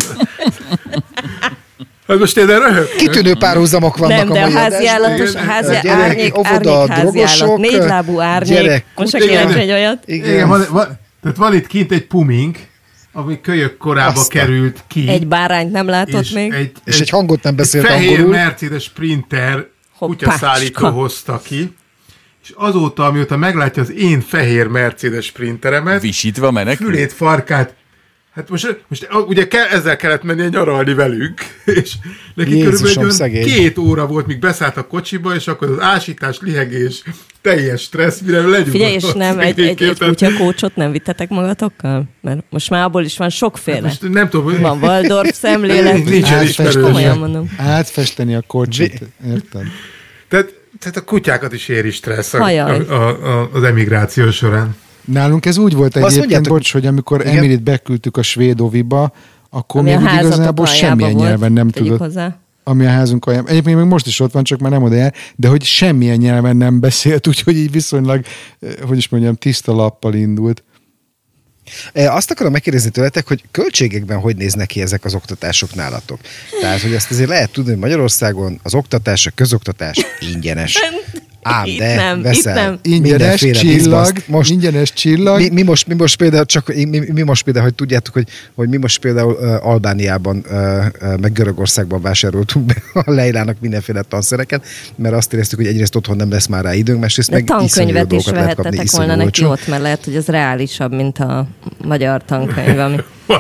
Most én röhög. Kitűnő párhuzamok vannak nem, de a háziállatos, árnyék háziállat, 4 lábú árnyék. Most csak kíváncsi egy olyat. Igen, tehát van itt kint egy pumink, ami kölyök korába került ki. Egy bárányt nem látott még. És egy hangot nem beszélt angolul. Fehér Mercedes Sprinter kutyaszállító hozta ki. És azóta, amióta meglátja az én fehér Mercedes Sprinteremet, visítva menekül, fülét, farkát, hát most ugye ezzel kellett menni nyaralni velünk, és neki körülbelül 2 óra volt, míg beszállt a kocsiba, és akkor az ásítás, lihegés, teljes stressz, mire legyünk. Figyelj, és nem egy kutyakócsot nem vittetek magatokkal? Mert most már abból is van sokféle. Hát nem tudom, van Waldorf szemlélet. Nincsen ismerős. Átfesteni a kocsit, érted? Tehát a kutyákat is éri stressz az emigráció során. Nálunk ez úgy volt egyébként, hogy amikor Emilit beküldtük a svéd oviba, akkor ami még igazából semmilyen nyelven nem tudott. Hozzá. Ami a házunk alján. Egyébként még most is ott van, csak már nem oda jár, de hogy semmilyen nyelven nem beszélt, úgyhogy így viszonylag, hogy is mondjam, tiszta lappal indult. Azt akarom megkérdezni tőletek, hogy költségekben hogy néznek ki ezek az oktatások nálatok? Tehát, hogy azt azért lehet tudni, hogy Magyarországon az oktatás, a közoktatás ingyenes. Ám, de nem, veszel ingyenes csillag, ingyenes csillag. Mi most például, hogy tudjátok, hogy mi most például Albániában, meg Görögországban vásároltunk be a Leilának mindenféle tanszereket, mert azt éreztük, hogy egyrészt otthon nem lesz már rá időnk, másrészt meg tankönyvet is vehettetek volna neki ott, mert lehet, hogy ez reálisabb, mint a magyar tankönyv, ami...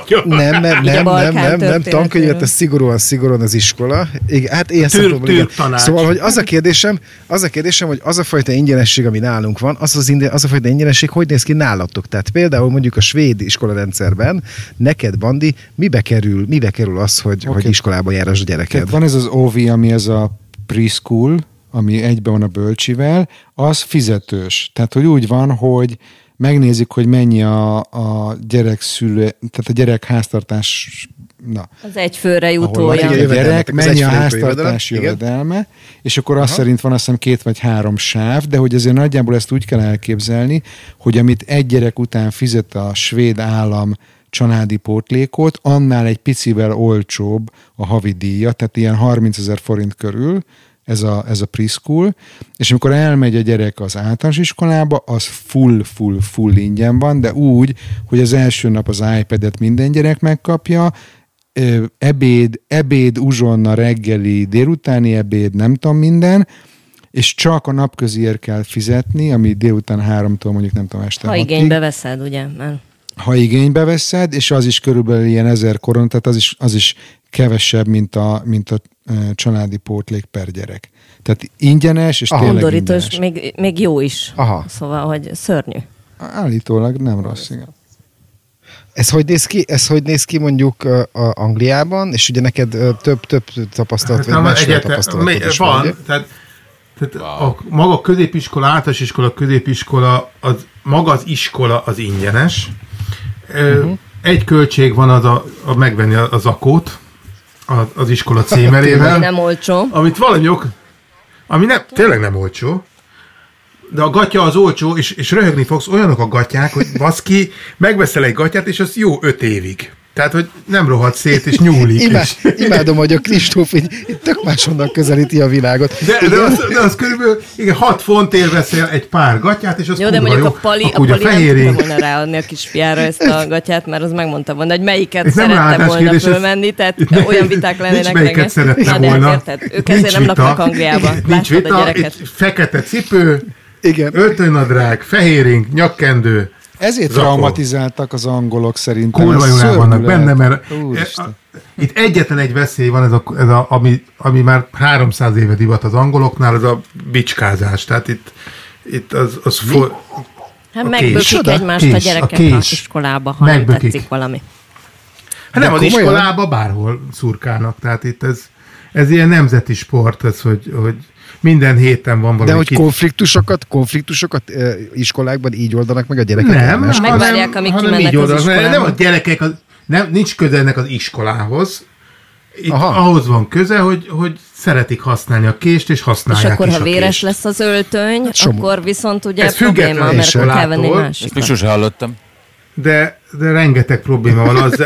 Nem, tankönyvet, ez szigorúan az iskola. Igen, hát ilyen szempontból, igen. Szóval, hogy az a kérdésem, hogy az a fajta ingyenesség, ami nálunk van, az a fajta ingyenesség, hogy néz ki nálatok? Tehát például mondjuk a svéd iskolarendszerben, neked, Bandi, mibe kerül az, hogy iskolába járás a gyereked? Tehát van ez az OVI, ami ez a preschool, ami egyben van a bölcsivel, az fizetős. Tehát, hogy úgy van, hogy megnézik, hogy mennyi a gyerek tehát a gyerek háztartás na. Az egyfőre jutója. A gyerek, mennyi a háztartási jövedelme, és akkor azt szerint van azt hiszem 2 vagy 3 sáv, de hogy azért nagyjából ezt úgy kell elképzelni, hogy amit egy gyerek után fizet a svéd állam családi pótlékot, annál egy picivel olcsóbb a havi díja, tehát ilyen 30 000 forint körül, ez a preschool, és amikor elmegy a gyerek az általános iskolába, az full ingyen van, de úgy, hogy az első nap az iPad-et minden gyerek megkapja, ebéd, uzsonna, reggeli, délutáni ebéd, nem tudom minden, és csak a napköziért kell fizetni, ami délután 3-tól mondjuk nem tudom este 6-ig. Ha igénybe veszed, ugye? Ha igénybe veszed, és az is körülbelül ilyen 1000 koron, tehát az is kevesebb, mint a családi pótlék per gyerek. Tehát ingyenes, és tényleg ingyenes. Még jó is. Aha. Szóval, hogy szörnyű. Állítólag nem rossz, igen. Ez hogy néz ki mondjuk Angliában, és ugye neked több tapasztalat, vagy másfél tapasztalatod is van. Ugye? Tehát a maga középiskola, általános iskola, középiskola, maga az iskola az ingyenes. Egy költség van az megvenni a zakót az iskola címerével. Nem olcsó. Amit ami tényleg nem olcsó. De a gatya az olcsó, és röhögni fogsz, olyanok a gatyák, hogy baszki, megveszel egy gatyát, és az jó 5 évig. Tehát, hogy nem rohadt szét, és nyúlik. Imádom, hogy a Kristóf így tök máshonnan közelíti a világot. De az körülbelül 6 fontért veszel egy pár gatyát, és az jó, de mondjuk a Pali nem tudta volna ráadni a kisfiára ezt a gatyát, mert az megmondta volna, hogy melyiket szerette volna fölmenni, tehát olyan viták lennének. Melyiket szerette volna. Ők ezért nem laknak Angliában. Nincs vita, fekete cipő, öltönynadrág, fehéring, nyakkendő. Ezért traumatizáltak az angolok szerintem. Kurva jól vannak benne, mert itt egyetlen egy veszély van, ami már 300 éve divat az angoloknál, ez a bicskázás. Tehát itt az hát megbökik egymást a gyerekek az iskolába, ha nem tetszik valami. Hát nem, az iskolába bárhol szurkálnak. Tehát itt ez ilyen nemzeti sport, ez, hogy minden héten van valami. De hogy konfliktusokat iskolákban így oldanak meg a gyerekek? Nem, megvárják, amíg kimennek az iskolába. Nem a gyerekek, nincs köze ennek az iskolához. Itt ahhoz van köze, hogy szeretik használni a kést, és használják is a kést. És akkor, ha véres lesz az öltöny, akkor viszont ugye probléma, mert kell venni másikat. Ezt sose hallottam. De rengeteg probléma van az,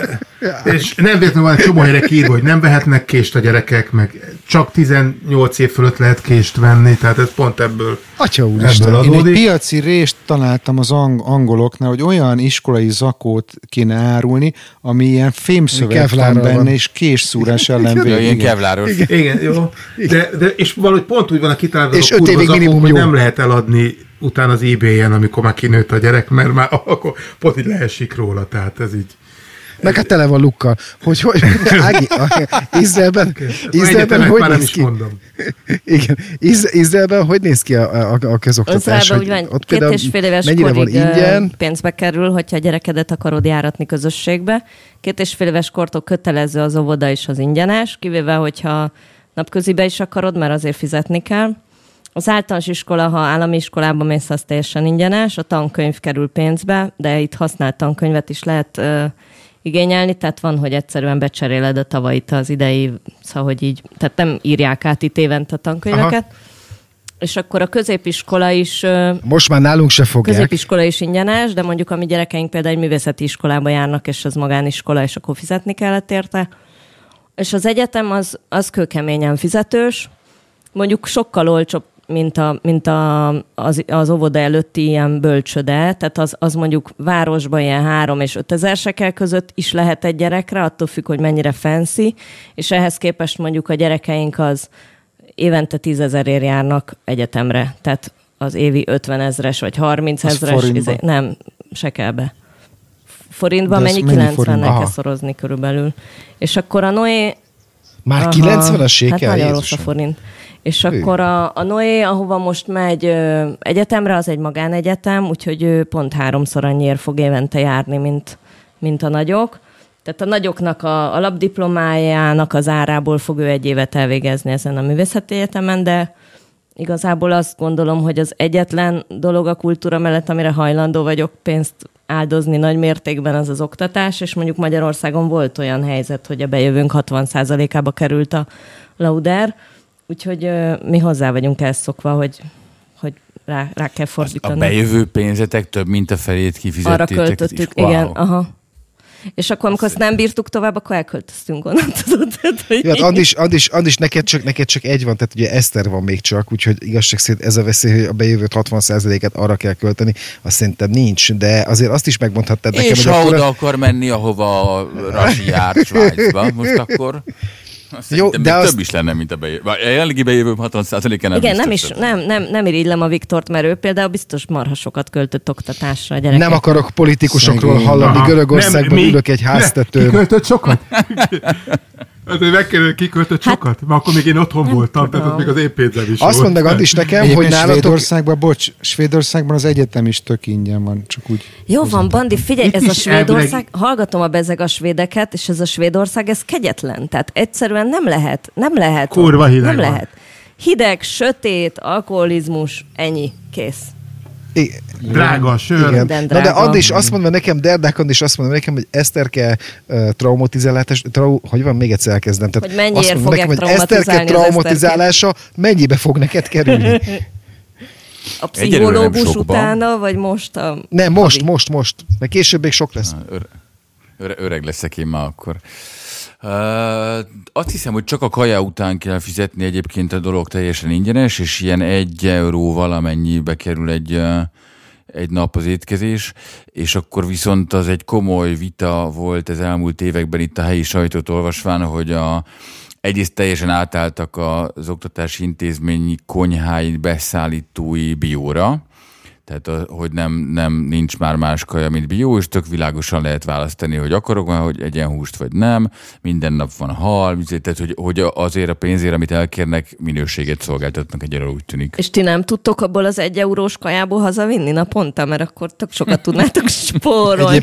és nem véletlenül van egy csomó helyre kiírva, hogy nem vehetnek kést a gyerekek, meg csak 18 év fölött lehet kést venni, tehát ez pont ebből adódik. Én egy piaci rést találtam az angoloknál, hogy olyan iskolai zakót kéne árulni, ami ilyen fémszövet van benne, és késszúrás ellen. Ilyen kevláros. Igen, jó. De és valahogy pont úgy van a kitalálva a kurva zakók, hogy nem lehet eladni utána az eBay-en, amikor már kinőtt a gyerek, mert már akkor pont így leesik róla, tehát ez így. Meg hát tele van lukkal. Hogy Ági, Izraelben hogy néz ki? Igen, Izraelben hogy néz ki a közoktatás? Úgy van, 2,5 éves korig pénzbe kerül, hogyha a gyerekedet akarod járatni közösségbe. 2,5 éves kortól kötelező az óvoda és az ingyenes, kivéve, hogyha napközibe is akarod, mert azért fizetni kell. Az általános iskola, ha állami iskolába mész, az teljesen ingyenes, a tankönyv kerül pénzbe, de itt használt tankönyvet is lehet igényelni, tehát van, hogy egyszerűen becseréled a tavait az idei, szóval, hogy így, tehát nem írják át itt évente a tankönyveket. Aha. És akkor a középiskola is... Most már nálunk se fogják. Középiskola is ingyenes, de mondjuk a mi gyerekeink például egy művészeti iskolába járnak, és az magániskola, és akkor fizetni kellett érte. És az egyetem az kőkeményen fizetős, mondjuk sokkal olcsóbb, mint az óvoda előtti ilyen bölcsöde, tehát az mondjuk városban ilyen 3 és 5 ezer sekel között is lehet egy gyerekre, attól függ, hogy mennyire fancy, és ehhez képest mondjuk a gyerekeink az évente 10 000-ért járnak egyetemre, tehát az évi 50 000-es vagy 30 000-es, nem, sekelbe. Forintban mennyi 90-nel kell szorozni körülbelül. És akkor a Noé... Már 90-es sékel? Hát nagyon rossz a forint. És akkor a Noé, ahova most megy egyetemre, az egy magánegyetem, úgyhogy ő pont 3-szor annyiért fog évente járni, mint a nagyok. Tehát a nagyoknak a alapdiplomájának az árából fog ő egy évet elvégezni ezen a művészeti egyetemen, de igazából azt gondolom, hogy az egyetlen dolog a kultúra mellett, amire hajlandó vagyok pénzt áldozni nagy mértékben az oktatás, és mondjuk Magyarországon volt olyan helyzet, hogy a bejövőnk 60%-ába került a lauder, úgyhogy mi hozzá vagyunk elszokva, hogy rá kell fordítani. A bejövő pénzetek több, mint a felét kifizettétek. Arra költöttük, igen, aha. És akkor, amikor azt nem bírtuk tovább, akkor elköltöztünk onnan, tudod? Ja, Andis, neked csak egy van, tehát ugye Eszter van még csak, úgyhogy igazság szerint ez a veszély, hogy a bejövőt 60%-et arra kell költeni, azt szerintem nincs, de azért azt is megmondhattad nekem, és hogy ha akkor... oda akar menni, ahova Rasi járt Svájcba, most akkor... Jó, de több is lenne, mint a bejövő. A jelenlegi bejövő 60%-en nem. Igen, nem irigylem a Viktort, mert ő például biztos marha sokat költött oktatásra a gyerekek. Nem akarok politikusokról hallani, Görögországban ülök egy háztetőn. Ki költött sokat? Hát, hogy megkérdez, ki költött sokat? Mert akkor még én otthon voltam, tehát ott még az én pénzem is azt mondd meg Andis nekem, hogy nálatok... Svédországban az egyetem is tök ingyen van, csak úgy... Jó van, Bandi, figyelj, ez a Svédország, hallgatom a bezeg a svédeket, és ez a Svédország, ez kegyetlen. Tehát egyszerűen nem lehet. Kurva hideg nem van. lehet. Hideg, sötét, alkoholizmus, ennyi, kész. Drága a sör. Igen. Na de Andis azt mondva nekem, Derdák Andis azt mondva nekem, hogy Eszterke traumatizálás, hogy van, még egyszer elkezdem. Tehát hogy mennyiért fogják nekem, hogy Eszterke traumatizálása mennyibe fog neked kerülni? A pszichológus utána, vagy most a... Nem, most. Mert később még sok lesz. Öreg leszek én már akkor. Azt hiszem, hogy csak a kaja után kell fizetni, egyébként a dolog teljesen ingyenes, és ilyen 1 euró valamennyibe kerül egy nap az étkezés, és akkor viszont az egy komoly vita volt az elmúlt években itt a helyi sajtót olvasván, hogy egyrészt teljesen átálltak az oktatási intézményi konyhái beszállítói bióra, tehát hogy nincs már más kaja, mint bió, és tök világosan lehet választani, hogy akarok, hogy egyen húst, vagy nem. Minden nap van hal, tehát hogy azért a pénzért, amit elkérnek, minőséget szolgáltatnak, egyelőre úgy tűnik. És ti nem tudtok abból az 1 eurós kajából hazavinni naponta, mert akkor tök sokat tudnátok spórolni.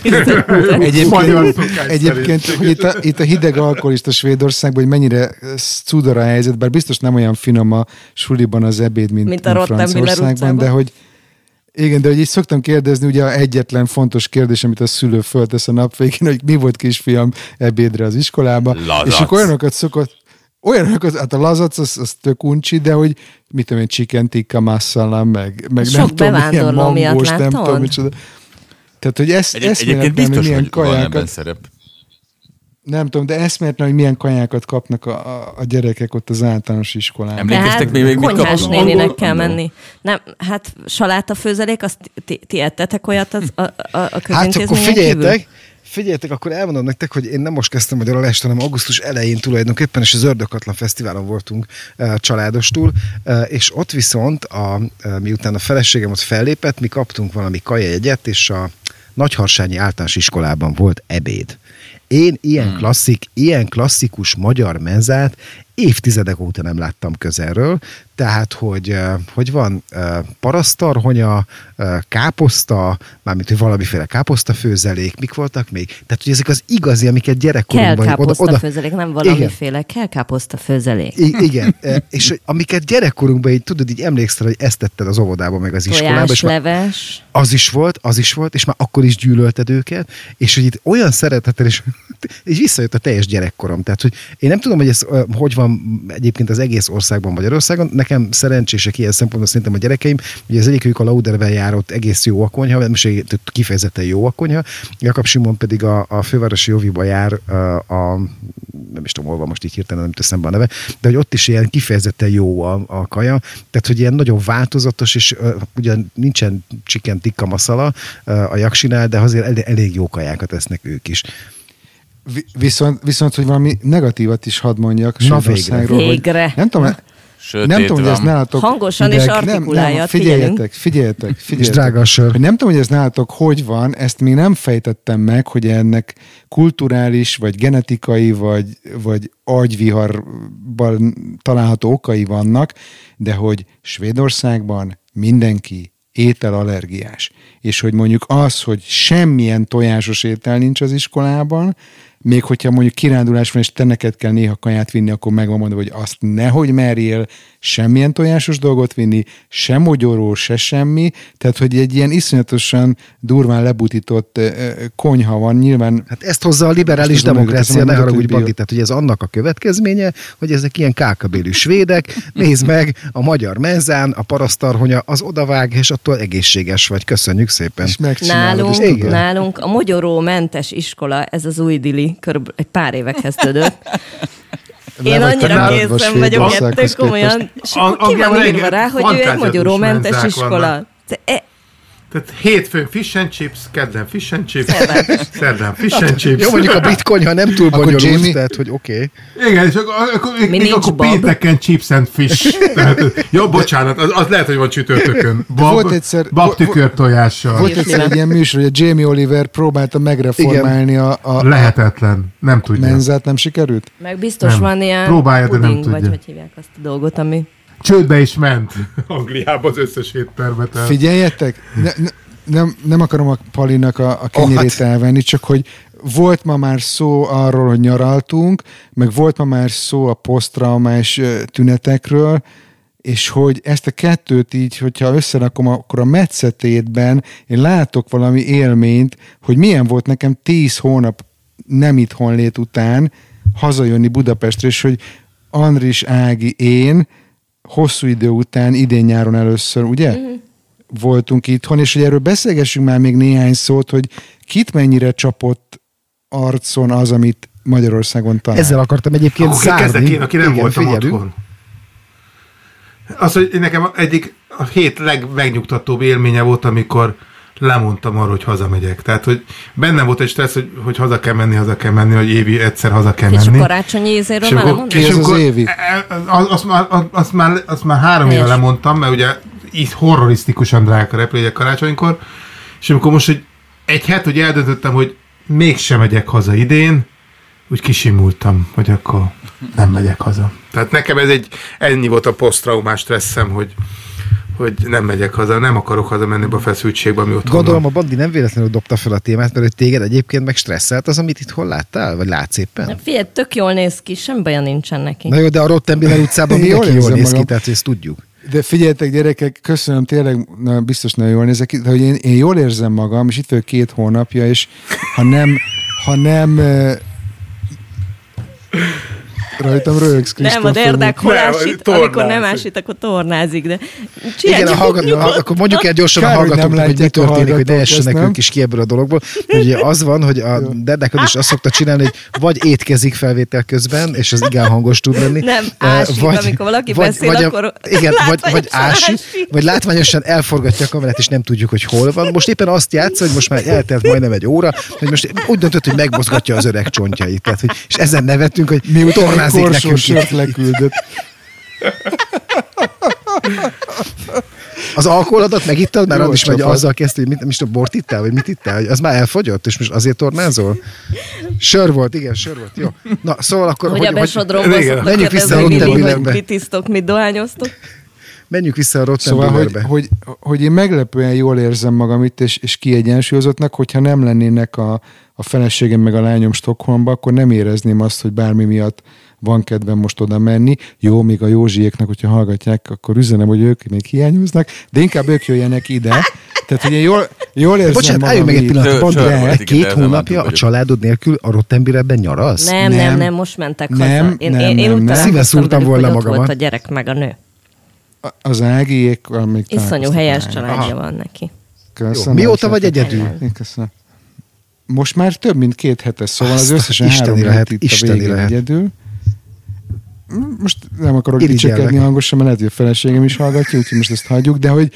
Egyébként itt a hideg alkoholista Svédországban, hogy mennyire cudor a helyzet, bár biztos nem olyan finom a suliban az ebéd, mint a Franciaországban, de hogy igen, de hogy így szoktam kérdezni, ugye egyetlen fontos kérdés, amit a szülő föltesz a nap végén, hogy mi volt kisfiam ebédre az iskolába. Lazac. És akkor olyanokat, hát a lazac az tök uncsi, de hogy mit tudom én, chicken tikka masala, meg nem tudom, milyen mangós, nem tudom micsoda. Tehát, hogy egyébként biztos, hogy van ebben szerep. Nem tudom, de eszméletlen, hogy milyen kajákat kapnak a gyerekek ott az általános iskolában. Emlékeztek még mit kapunk? Konyhás néninek kell menni. Nem, hát salátafőzelék, azt ti ettetek olyat a közintézményen kívül? Figyeljetek, akkor elmondom nektek, hogy én nem most kezdtem magyarulást, hanem augusztus elején tulajdonképpen, és az Ördögkatlan Fesztiválon voltunk családostul, és ott viszont, miután a feleségem ott fellépett, mi kaptunk valami kajajegyet, és a Nagyharsányi általános iskolában volt ebéd. Én ilyen klasszikus magyar menzát évtizedek óta nem láttam közelről, tehát, hogy van parasztarhonya, káposzta, mármint, hogy valamiféle káposztafőzelék, mik voltak még? Tehát, hogy ezek az igazi, amiket gyerekkorunkban... Kell káposztafőzelék, nem valamiféle, kell káposztafőzelék. Igen, és amiket gyerekkorunkban így, tudod, így emlékszel, hogy ezt tetted az óvodában, meg az iskolában. Tojásleves. Az is volt, és már akkor is gyűlölted őket, és hogy itt olyan szeretettel, és visszajött a teljes gyerekkorom. Tehát, hogy én nem tudom, hogy ez hogy van egyébként az egész országban, Magyarországon. Nekem szerencsések ilyen szempontból szerintem a gyerekeim, ugye az egyikük a Laudervel járott, egész jó a konyha, most kifejezetten jó a konyha. Jakab Simon pedig a fővárosi Joviba jár, nem is tudom, hol van most így hirtelen, nem teszem be a neve, de hogy ott is ilyen kifejezetten jó a kaja, tehát hogy ilyen nagyon változatos, és ugyan nincsen chicken tikka masala a Jaksinál, de azért elég jó kajákat esznek ők is. Viszont, hogy valami negatívat is hadd mondjak. Na végre. Nem tudom, hogy ez nálatok... Hangosan és artikulálja. Figyeljetek. És drága a sör. Nem tudom, hogy ez nálatok hogy van, ezt még nem fejtettem meg, hogy ennek kulturális, vagy genetikai, vagy agyviharban található okai vannak, de hogy Svédországban mindenki ételallergiás. És hogy mondjuk az, hogy semmilyen tojásos étel nincs az iskolában, még hogyha mondjuk kirándulás van, és te neked kell néha kaját vinni, akkor meg van mondva, hogy azt nehogy merjél semmilyen tojásos dolgot vinni, se mogyoró, se semmi, tehát hogy egy ilyen iszonyatosan durván lebutított konyha van, nyilván. Hát ezt hozza a liberális demokrácia, ne haragudj, Bandi, tehát hogy ez annak a következménye, hogy ezek ilyen kákabélű svédek, nézd meg, a magyar menzán, a parasztarhonya, az odavág, és attól egészséges vagy. Köszönjük szépen. Nálunk a mogyorómentes iskola, ez az új dili, körülbelül egy pár éve kezdődött. Én annyira készen vagyok ettől komolyan. És akkor ki van írva rá, hogy ő egy mogyorómentes iskola. Tehát hétfőn fish and chips, kedden fish and chips, szerdán fish and chips. Jó, mondjuk a brit konyha nem túl bonyolult, tehát hogy oké. Igen, és akkor pénteken chips and fish. Tehát, jó, bocsánat, az lehet, hogy van csütörtökön. Bab tükörtojással. Volt egyszer egy ilyen műsor, hogy a Jamie Oliver próbálta megreformálni a lehetetlen, nem tudja. Menzát, nem sikerült? Meg biztos van ilyen puding, vagy hogy hívják azt a dolgot, ami... Csődbe is ment Angliába az összes éttermet el. Figyeljetek, nem akarom a Palinak a kenyérét elvenni, csak hogy volt ma már szó arról, hogy nyaraltunk, meg volt ma már szó a posztraumás tünetekről, és hogy ezt a kettőt így, hogyha összerakom, akkor a metszetétben én látok valami élményt, hogy milyen volt nekem 10 hónap nem itthon lét után hazajönni Budapestre, és hogy Andris, Ági, én hosszú idő után, idén nyáron először, ugye? Voltunk itthon, és hogy erről beszélgessünk már még néhány szót, hogy kit mennyire csapott arcon az, amit Magyarországon talál. Ezzel akartam egyébként zárni. Kezdek én, aki nem voltam otthon. Az, hogy nekem egyik a hét legmegnyugtatóbb élménye volt, amikor lemondtam arról, hogy hazamegyek. Tehát, hogy bennem volt egy stressz, hogy haza kell menni, hogy évi egyszer haza kell menni. És a karácsonyi ézéről már lemondtam? És az évi? Azt már 3 éve lemondtam, mert ugye így horrorisztikusan drága a repülőjegyek karácsonykor, és amikor most, hogy egy hét, hogy eldöntöttem, hogy mégsem megyek haza idén, úgy kisimultam, hogy akkor nem megyek haza. Tehát nekem ennyi volt a posztraumás stresszem, hogy nem megyek haza, nem akarok hazamenni a feszültségbe, ami ott Gondolom, a Bandi nem véletlenül dobta fel a témát, mert hogy téged egyébként meg stresszelt az, amit itthon láttál? Vagy látsz éppen? Figyelj, tök jól néz ki, semmi baja nincsen neki. Na jó, de a Rottenbiller utcában mindenki jól néz ki, tehát ezt tudjuk. De figyeljetek, gyerekek, köszönöm, tényleg biztos nagyon jól nézek ki, de hogy én jól érzem magam, és itt vagyok 2 hónapja, és ha nem rajtam röhögsz, Kristóf. Nem, a Derdák hol ásít, amikor nem ásít, akkor tornázik, de igen, akkor mondjuk el gyorsan a hallgatóknak, hogy mi történik, hogy ne essenek ők is ki ebből a dologból. Ugye az van, hogy a Derdákon is azt szokta csinálni, hogy vagy étkezik felvétel közben, és az igen hangos tud lenni. Nem, ásít, amikor valaki beszél, akkor igen, vagy ásít, vagy látványosan elforgatja a kamerát, és nem tudjuk, hogy hol van. Most éppen azt játsza, hogy most már eltelt majdnem 1 óra, hogy most úgy döntött, hogy megmozgatja az öreg csontjait. Tehát, hogy, és ezen nevetünk, hogy mi tornázik nekünk. Leküldött. Az alkoholadat megittad? Már az is megy azzal kezdte, hogy most a bort ittál, vagy mit ittál? Az már elfogyott, és most azért tornázol? Sör volt, igen, sör volt. Jó. Na, szóval akkor... Hogy a besodróba szoktak kérdezni, hogy mit isztok, mit dohányoztok? Menjünk vissza a Rottenbillerbe. Szóval, hogy én meglepően jól érzem magam itt, és kiegyensúlyozottnak, hogyha nem lennének a feleségem meg a lányom Stockholmba, akkor nem érezném azt, hogy bármi miatt van kedvem most oda menni. Jó, még a Józsiéknak, hogyha hallgatják, akkor üzenem, hogy ők még hiányoznak, de inkább ők jöjjenek ide. Tehát, hogy én jól érzem bocsánat, álljunk meg egy pillanat, de 2 hónapja a családod nélkül a Rottenbillerben nyaralsz? Nem, most mentek haza. Én úgy találkoztam velük, hogy ott volt a gyerek meg a nő. Az Ágiékkal még iszonyú helyes családja van neki. Köszönöm. Mióta vagy egyedül? Köszönöm. Most már több mint 2 hete, szóval az összesen 3 hét itt a végén egyedül. Most nem akarok dicsekedni hangosan, mert lehet, hogy a feleségem is hallgatja, úgyhogy most ezt hagyjuk, de hogy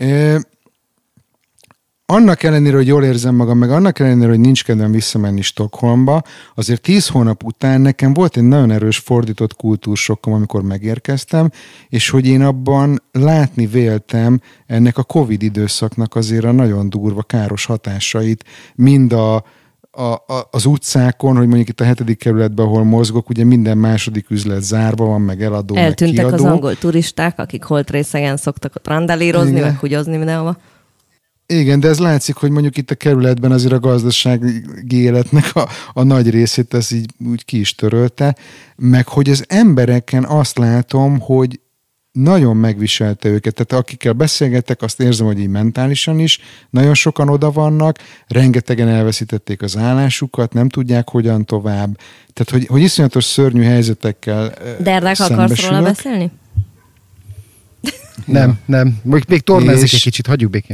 annak ellenére, hogy jól érzem magam, meg annak ellenére, hogy nincs kedvem visszamenni Stockholmba, azért 10 hónap után nekem volt egy nagyon erős fordított kultúrsokkom, amikor megérkeztem, és hogy én abban látni véltem ennek a Covid időszaknak azért a nagyon durva, káros hatásait, mind az utcákon, hogy mondjuk itt a 7. kerületben, ahol mozgok, ugye minden második üzlet zárva van, meg eladó, eltűntek meg kiadó. Az angol turisták, akik holt részegen szoktak ott randalírozni, meg hugyozni mindenhova. Igen, de ez látszik, hogy mondjuk itt a kerületben azért a gazdasági életnek a nagy részét ez így úgy ki is törölte, meg hogy az embereken azt látom, hogy nagyon megviselte őket. Tehát akikkel beszélgetek, azt érzem, hogy így mentálisan is nagyon sokan oda vannak, rengetegen elveszítették az állásukat, nem tudják hogyan tovább. Tehát, hogy iszonyatos szörnyű helyzetekkel Derdák, akarsz róla beszélni? Nem. Még tornázik egy kicsit, hagyjuk békén.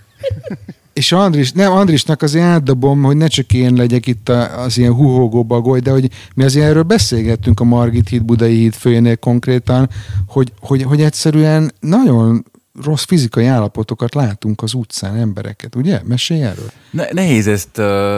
És Andrisnak azért átdobom, hogy ne csak én legyek itt az ilyen huhogó bagoly, de hogy mi azért erről beszélgettünk a Margit híd, Budai híd főjénél konkrétan, hogy egyszerűen nagyon rossz fizikai állapotokat látunk az utcán, embereket, ugye? Mesélj erről. Nehéz ezt...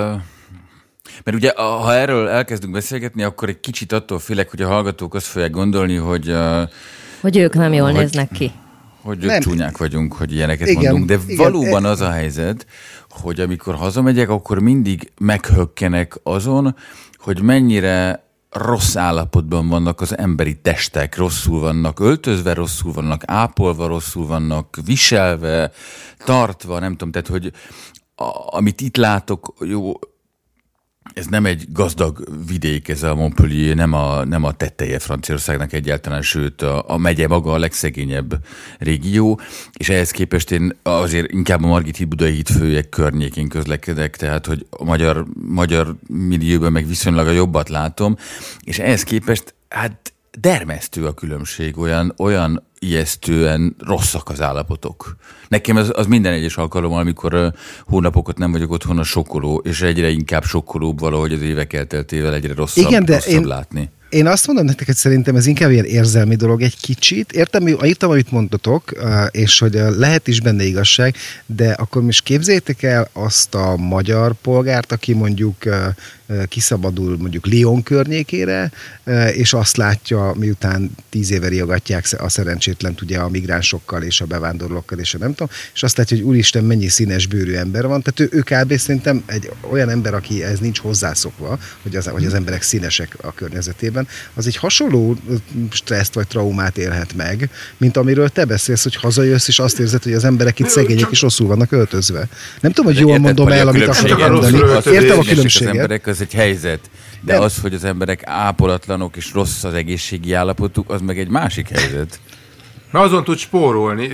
Mert ugye, ha erről elkezdünk beszélgetni, akkor egy kicsit attól félek, hogy a hallgatók azt fogják gondolni, hogy ők nem jól néznek ki. Hogy nem csúnyák vagyunk, hogy ilyeneket mondunk, de valóban az a helyzet, hogy amikor hazamegyek, akkor mindig meghökkenek azon, hogy mennyire rossz állapotban vannak az emberi testek, rosszul vannak öltözve, rosszul vannak ápolva, rosszul vannak viselve, tartva, nem tudom, tehát, hogy amit itt látok, jó, ez nem egy gazdag vidék, ez a Montpellier, nem a tetteje Franciaországnak egyáltalán, sőt a megye maga a legszegényebb régió, és ehhez képest én azért inkább a Margit híd, Budai híd főjek környékén közlekedek, tehát hogy a magyar millióban meg viszonylag a jobbat látom, és ehhez képest hát dermesztő a különbség, olyan ijesztően rosszak az állapotok. Nekem az minden egyes alkalommal, amikor hónapokat nem vagyok otthon, a sokkoló, és egyre inkább sokkolóbb valahogy az évek elteltével egyre rosszabb látni. Én azt mondom nektek, hogy szerintem ez inkább ilyen érzelmi dolog egy kicsit. Értem, amit mondatok, és hogy lehet is benne igazság, de akkor most képzeljétek el azt a magyar polgárt, aki mondjuk kiszabadul mondjuk Lyon környékére, és azt látja, miután 10 éve riogatják a szerencsétlent ugye a migránsokkal és a bevándorlókkal, és a nem tudom, és azt látja, hogy úristen, mennyi színes bőrű ember van. Tehát ő kb. Szerintem egy olyan ember, aki ez nincs hozzászokva, hogy az emberek színesek a környezetében, az egy hasonló stresszt vagy traumát élhet meg, mint amiről te beszélsz, hogy hazajössz, és azt érzed, hogy az emberek itt szegények és rosszul vannak öltözve. Nem tudom, hogy jól mondom el, amit akarok mondani. Értem a különbséget. Ez egy helyzet, de az, hogy az emberek ápolatlanok és rossz az egészségi állapotuk, az meg egy másik helyzet. Na azon tud spórolni.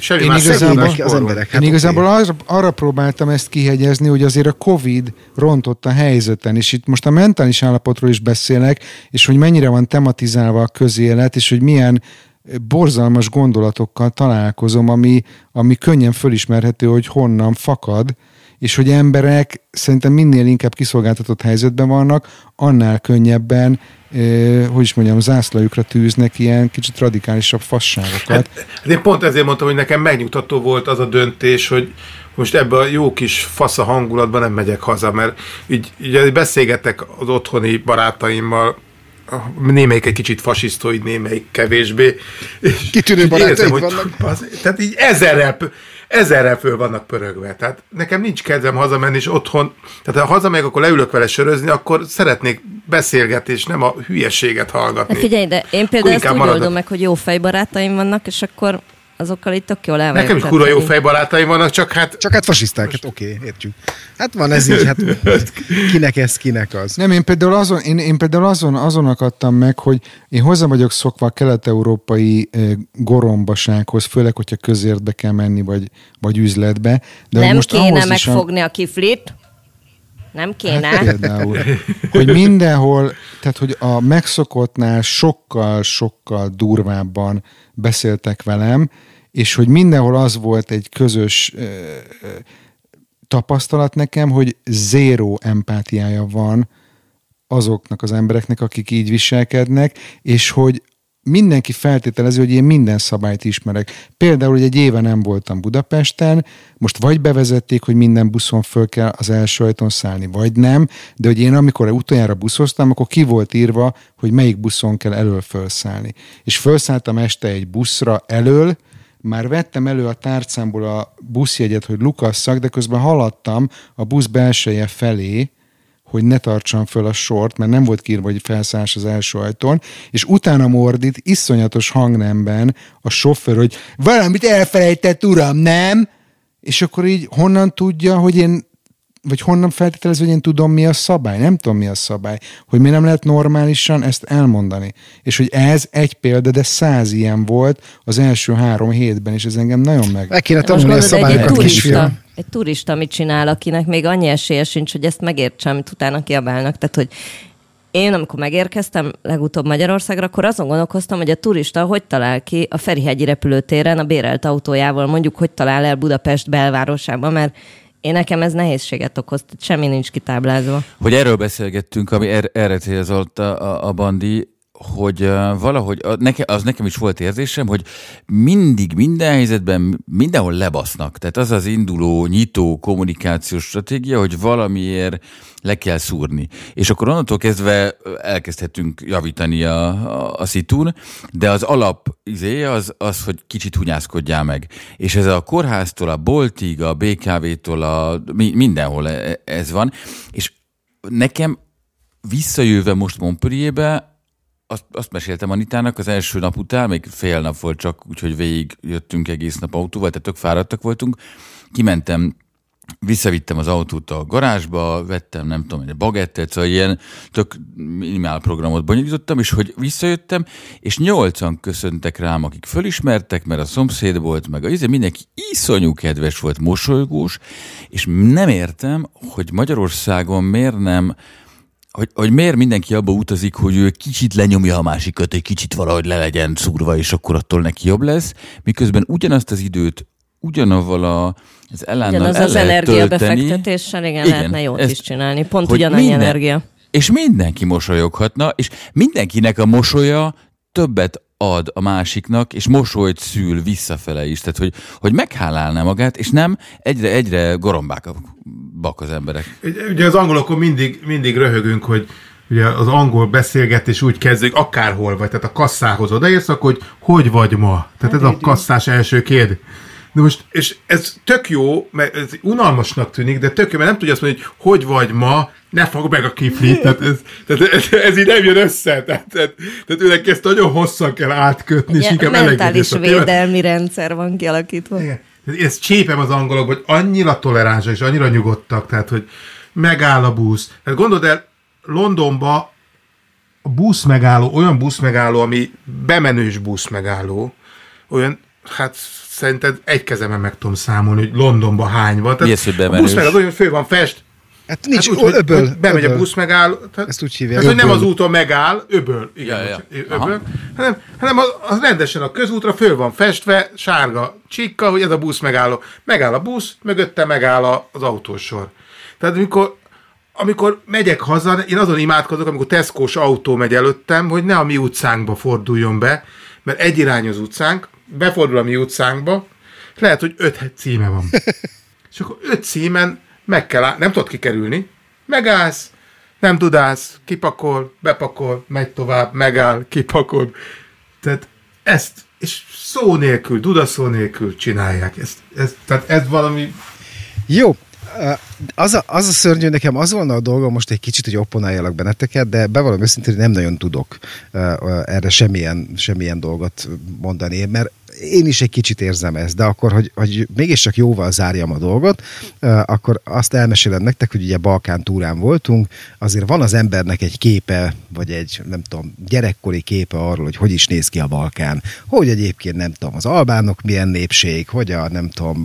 Én igazából arra próbáltam ezt kihegyezni, hogy azért a Covid rontott a helyzeten, és itt most a mentális állapotról is beszélek, és hogy mennyire van tematizálva a közélet, és hogy milyen borzalmas gondolatokkal találkozom, ami könnyen fölismerhető, hogy honnan fakad, és hogy emberek szerintem minél inkább kiszolgáltatott helyzetben vannak, annál könnyebben, hogy is mondjam, zászlajukra tűznek ilyen kicsit radikálisabb fasságokat. Hát én pont ezért mondtam, hogy nekem megnyugtató volt az a döntés, hogy most ebben a jó kis fasza hangulatban nem megyek haza, mert így beszélgetek az otthoni barátaimmal, némelyik egy kicsit fasisztoid, némelyik kevésbé. Kitűnő barátaim vannak. Tehát így ezerrel föl vannak pörögve. Tehát nekem nincs kedvem hazamenni, és otthon, tehát ha hazamegyek, akkor leülök vele sörözni, akkor szeretnék beszélgetni, és nem a hülyeséget hallgatni. De figyelj, de én például ezt úgy oldom meg, hogy jó fejbarátaim vannak, és akkor azokkal itt tök jól el vagyok. Nekem is kurva jó fejbarátaim vannak, csak hát fasiszták, hát oké, értjük. Hát van ez így, hát kinek ez, kinek az. Nem, én például azon akadtam meg, hogy én hozzá vagyok szokva a kelet-európai gorombasághoz, főleg, hogyha közértbe kell menni, vagy üzletbe. De nem most kéne megfogni a kiflit. Nem kéne. Például, hogy mindenhol, tehát hogy a megszokottnál sokkal durvábban beszéltek velem, és hogy mindenhol az volt egy közös tapasztalat nekem, hogy zéró empátiája van azoknak az embereknek, akik így viselkednek, és hogy mindenki feltételező, hogy én minden szabályt ismerek. Például, hogy egy éve nem voltam Budapesten, most vagy bevezették, hogy minden buszon föl kell az első ajtón szállni, vagy nem, de hogy én amikor utoljára buszoztam, akkor ki volt írva, hogy melyik buszon kell elől felszállni. És felszálltam este egy buszra elől, már vettem elő a tárcámból a buszjegyet, hogy lukasszak, de közben haladtam a busz belseje felé, hogy ne tartsam föl a sort, mert nem volt kiírva, hogy felszállás az első ajtón, és utána mordít iszonyatos hangnemben a sofőr, hogy valamit elfelejtett, uram, nem? és akkor így honnan tudja, hogy én, vagy honnan feltételez, hogy én tudom, mi a szabály? Nem tudom, mi a szabály. Hogy mi nem lehet normálisan ezt elmondani. És hogy ez egy példa, de 100 ilyen volt az első 3 hétben, és ez engem nagyon meg kéne tanulni a szabályokat, kisfiam. Egy turista mit csinál, akinek még annyi esélye sincs, hogy ezt megértsem, amit utána kiabálnak. Tehát, hogy én, amikor megérkeztem legutóbb Magyarországra, akkor azon gondolkoztam, hogy a turista hogy talál ki a Ferihegyi repülőtéren a bérelt autójával, mondjuk hogy talál el Budapest belvárosában, mert nekem ez nehézséget okoz, semmi nincs kitáblázva. Hogy erről beszélgettünk, ami erre célzott a Bandi, hogy valahogy, nekem is volt érzésem, hogy mindig, minden helyzetben, mindenhol lebasznak. Tehát az az induló, nyitó kommunikációs stratégia, hogy valamiért le kell szúrni. És akkor onnantól kezdve elkezdhetünk javítani a szitún, de az alap az, hogy kicsit hunyászkodjál meg. És ez a kórháztól, a boltig, a BKV-tól, mindenhol ez van. És nekem visszajöve most Montpellierbe, azt meséltem Anitának az első nap után, még fél nap volt csak, úgyhogy végig jöttünk egész nap autóval, tehát tök fáradtak voltunk. Kimentem, visszavittem az autót a garázsba, vettem, nem tudom, egy bagettet, szóval ilyen tök minimál programot bonyolítottam, és hogy visszajöttem, és 8-an köszöntek rám, akik fölismertek, mert a szomszéd volt, meg mindenki iszonyú kedves volt, mosolygós, és nem értem, hogy Magyarországon miért nem, hogy miért mindenki abba utazik, hogy ő kicsit lenyomja a másikat, egy kicsit valahogy le legyen szúrva, és akkor attól neki jobb lesz, miközben ugyanazt az időt, ugyanavval az elánnal el az lehet energiabefektetéssel, igen, lehetne jót is csinálni. Pont ugyanannyi energia. És mindenki mosolyoghatna, és mindenkinek a mosolya többet ad a másiknak, és mosolyt szül visszafele is. Tehát, hogy meghálálná magát, és nem egyre gorombábbak az emberek. Ugye az angolokon mindig röhögünk, hogy ugye az angol beszélgetés úgy kezdődik, akárhol vagy, tehát a kasszához odaérsz, akkor hogy vagy ma? Tehát ez a kasszás első kérdés. De most, és ez tök jó, mert ez unalmasnak tűnik, de tök jó, mert nem tudja azt mondani, hogy vagy ma, ne fogd meg a kiflit, tehát ez így nem jön össze, tehát őnek ezt nagyon hosszan kell átkötni, és inkább mentális védelmi rendszer van kialakítva. Igen. Ezt csépem az angolok, hogy annyira toleránsak és annyira nyugodtak, tehát hogy megáll a busz. Hát gondold el, Londonba a buszmegálló, olyan buszmegálló, ami bemenős buszmegálló, olyan, hát szerinted egy kezemen meg tudom számolni, hogy Londonban hány van. Mi ez, hogy bemenős? A buszmegálló olyan fő van fest. Hát nincs, hát úgy, öböl. Bemegy a busz megáll. Ezt úgy hívják. Hát, hogy nem az úton megáll, öböl. Igen, öböl. Hanem az rendesen a közútra föl van festve, sárga csíkka, hogy ez a busz megálló. Megáll a busz, mögötte megáll az autósor. Tehát amikor megyek haza, én azon imádkozok, amikor Tesco-s autó megy előttem, hogy ne a mi utcánkba forduljon be, mert egyirányos utcánk, befordul a mi utcánkba, lehet, hogy 5 címe van. És akkor 5 címen meg kell nem tudod kikerülni, megállsz, nem tudálsz, kipakol, bepakol, megy tovább, megáll, kipakol. Tehát ezt, és szó nélkül, dudaszó nélkül csinálják ezt. Tehát ez valami... Jó. Az a szörnyű, nekem az volna a dolga most egy kicsit, hogy opponáljalak benneteket, de bevallom őszintén, hogy nem nagyon tudok erre semmilyen dolgot mondani, mert én is egy kicsit érzem ezt, de akkor, hogy mégiscsak jóval zárjam a dolgot, akkor azt elmesélem nektek, hogy ugye Balkán túrán voltunk, azért van az embernek egy képe, vagy egy, nem tudom, gyerekkori képe arról, hogy is néz ki a Balkán, hogy egyébként, nem tudom, az albánok milyen népség, hogy nem tudom,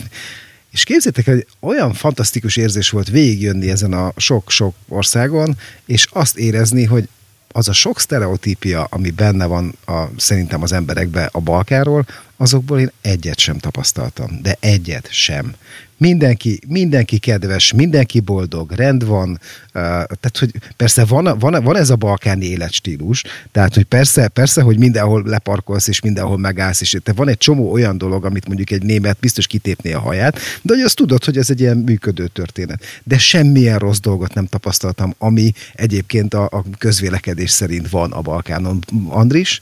és képzeljétek, hogy olyan fantasztikus érzés volt végigjönni ezen a sok-sok országon, és azt érezni, hogy az a sok sztereotípia, ami benne van szerintem az emberekben a Balkánról, azokból én egyet sem tapasztaltam, de egyet sem. Mindenki kedves, mindenki boldog, rend van, tehát hogy persze van ez a balkáni életstílus, tehát hogy persze, hogy mindenhol leparkolsz és mindenhol megállsz, és te van egy csomó olyan dolog, amit mondjuk egy német biztos kitépné a haját, de hogy azt tudod, hogy ez egy ilyen működő történet. De semmilyen rossz dolgot nem tapasztaltam, ami egyébként a közvélekedés szerint van a Balkánon. Andris?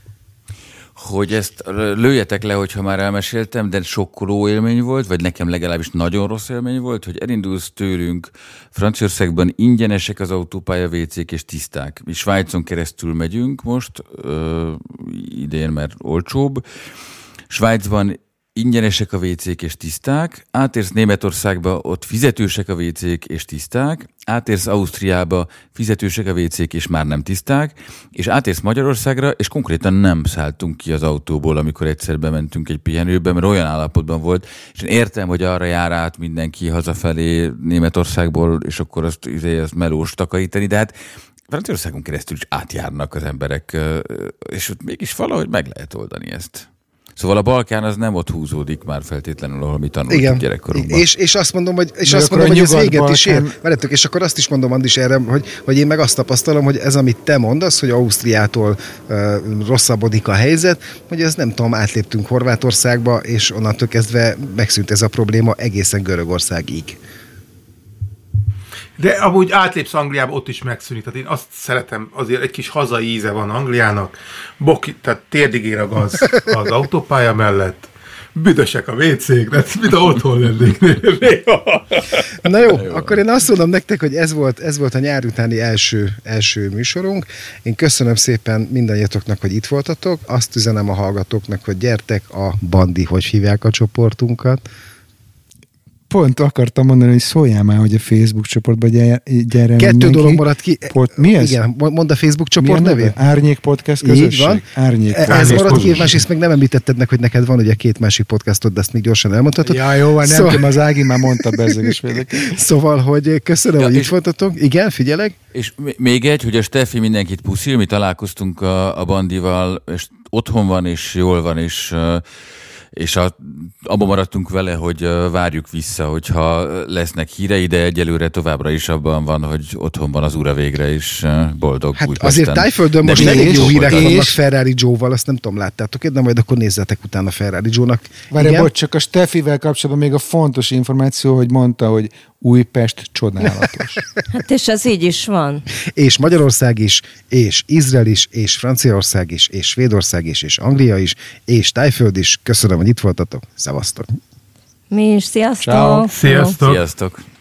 Hogy ezt lőjetek le, hogyha már elmeséltem, de sokkoló élmény volt, vagy nekem legalábbis nagyon rossz élmény volt, hogy elindulsz tőlünk, Franciaországban ingyenesek az autópálya WC-k és tiszták. Mi Svájcon keresztül megyünk most, idén, mert olcsóbb. Svájcban ingyenesek a WC-k és tiszták, átérsz Németországba, ott fizetősek a WC-k és tiszták, átérsz Ausztriába, fizetősek a WC-k és már nem tiszták, és átérsz Magyarországra, és konkrétan nem szálltunk ki az autóból, amikor egyszer bementünk egy pihenőbe, mert olyan állapotban volt, és én értem, hogy arra jár át mindenki hazafelé Németországból, és akkor azt melós takarítani, de hát Franciaországon keresztül is átjárnak az emberek, és ott mégis valahogy meg lehet oldani ezt. Szóval a Balkán az nem ott húzódik már feltétlenül, ahol mi tanultunk gyerekkorunkban. És azt mondom, hogy ez véget is ér. Várjátok, és akkor azt is mondom, Andis, erre, hogy én meg azt tapasztalom, hogy ez, amit te mondasz, hogy Ausztriától rosszabbodik a helyzet, hogy ez nem tudom, átléptünk Horvátországba, és onnantól kezdve megszűnt ez a probléma egészen Görögországig. De amúgy átlépsz Angliába, ott is megszűnik. Tehát én azt szeretem, azért egy kis hazai íze van Angliának. Tehát térdig ér a gaz az autópálya mellett. Büdösek a WC-k, de mint a otthon lennék. Na jó, akkor én azt mondom nektek, hogy ez volt a nyár utáni első műsorunk. Én köszönöm szépen mindannyiatoknak, hogy itt voltatok. Azt üzenem a hallgatóknak, hogy gyertek a Bandi, hogy hívják a csoportunkat. Pont akartam mondani, hogy szóljál már, hogy a Facebook csoportba gyere. 2 dolog maradt ki. Mi ez? Igen, mondd a Facebook csoport nevét. Árnyék Podcast közösség. Így van. Ez maradt ki, másrészt meg nem említetted meg, hogy neked van ugye 2 másik podcastod, de azt még gyorsan elmondhatod. Ja, jó, van, nem tudom, az Ági már mondta bezzegés vélekedni. Szóval, hogy köszönöm, hogy itt voltatok. Igen, figyelek. És még egy, hogy a Steffi mindenkit puszil, mi találkoztunk a Bandival, és otthon van, és jól van, és abban maradtunk vele, hogy várjuk vissza, hogyha lesznek hírei, de egyelőre továbbra is abban van, hogy otthon van az ura végre, és boldog hát Újpesten. Azért Tájföldön most elég jó hírek vannak Ferrari Joe-val, azt nem tudom, láttátok, de majd akkor nézzetek utána Ferrari Joe-nak. Várj, bocs, csak a Steffivel kapcsolatban még a fontos információ, hogy mondta, hogy Újpest csodálatos. Hát és ez így is van. És Magyarország is, és Izrael is, és Franciaország is, és Svédország is, és Anglia is, és Tájföld is. Köszönöm, hogy itt voltatok. Szevasztok! Mi is, sziasztok! Ciao. Sziasztok! Sziasztok!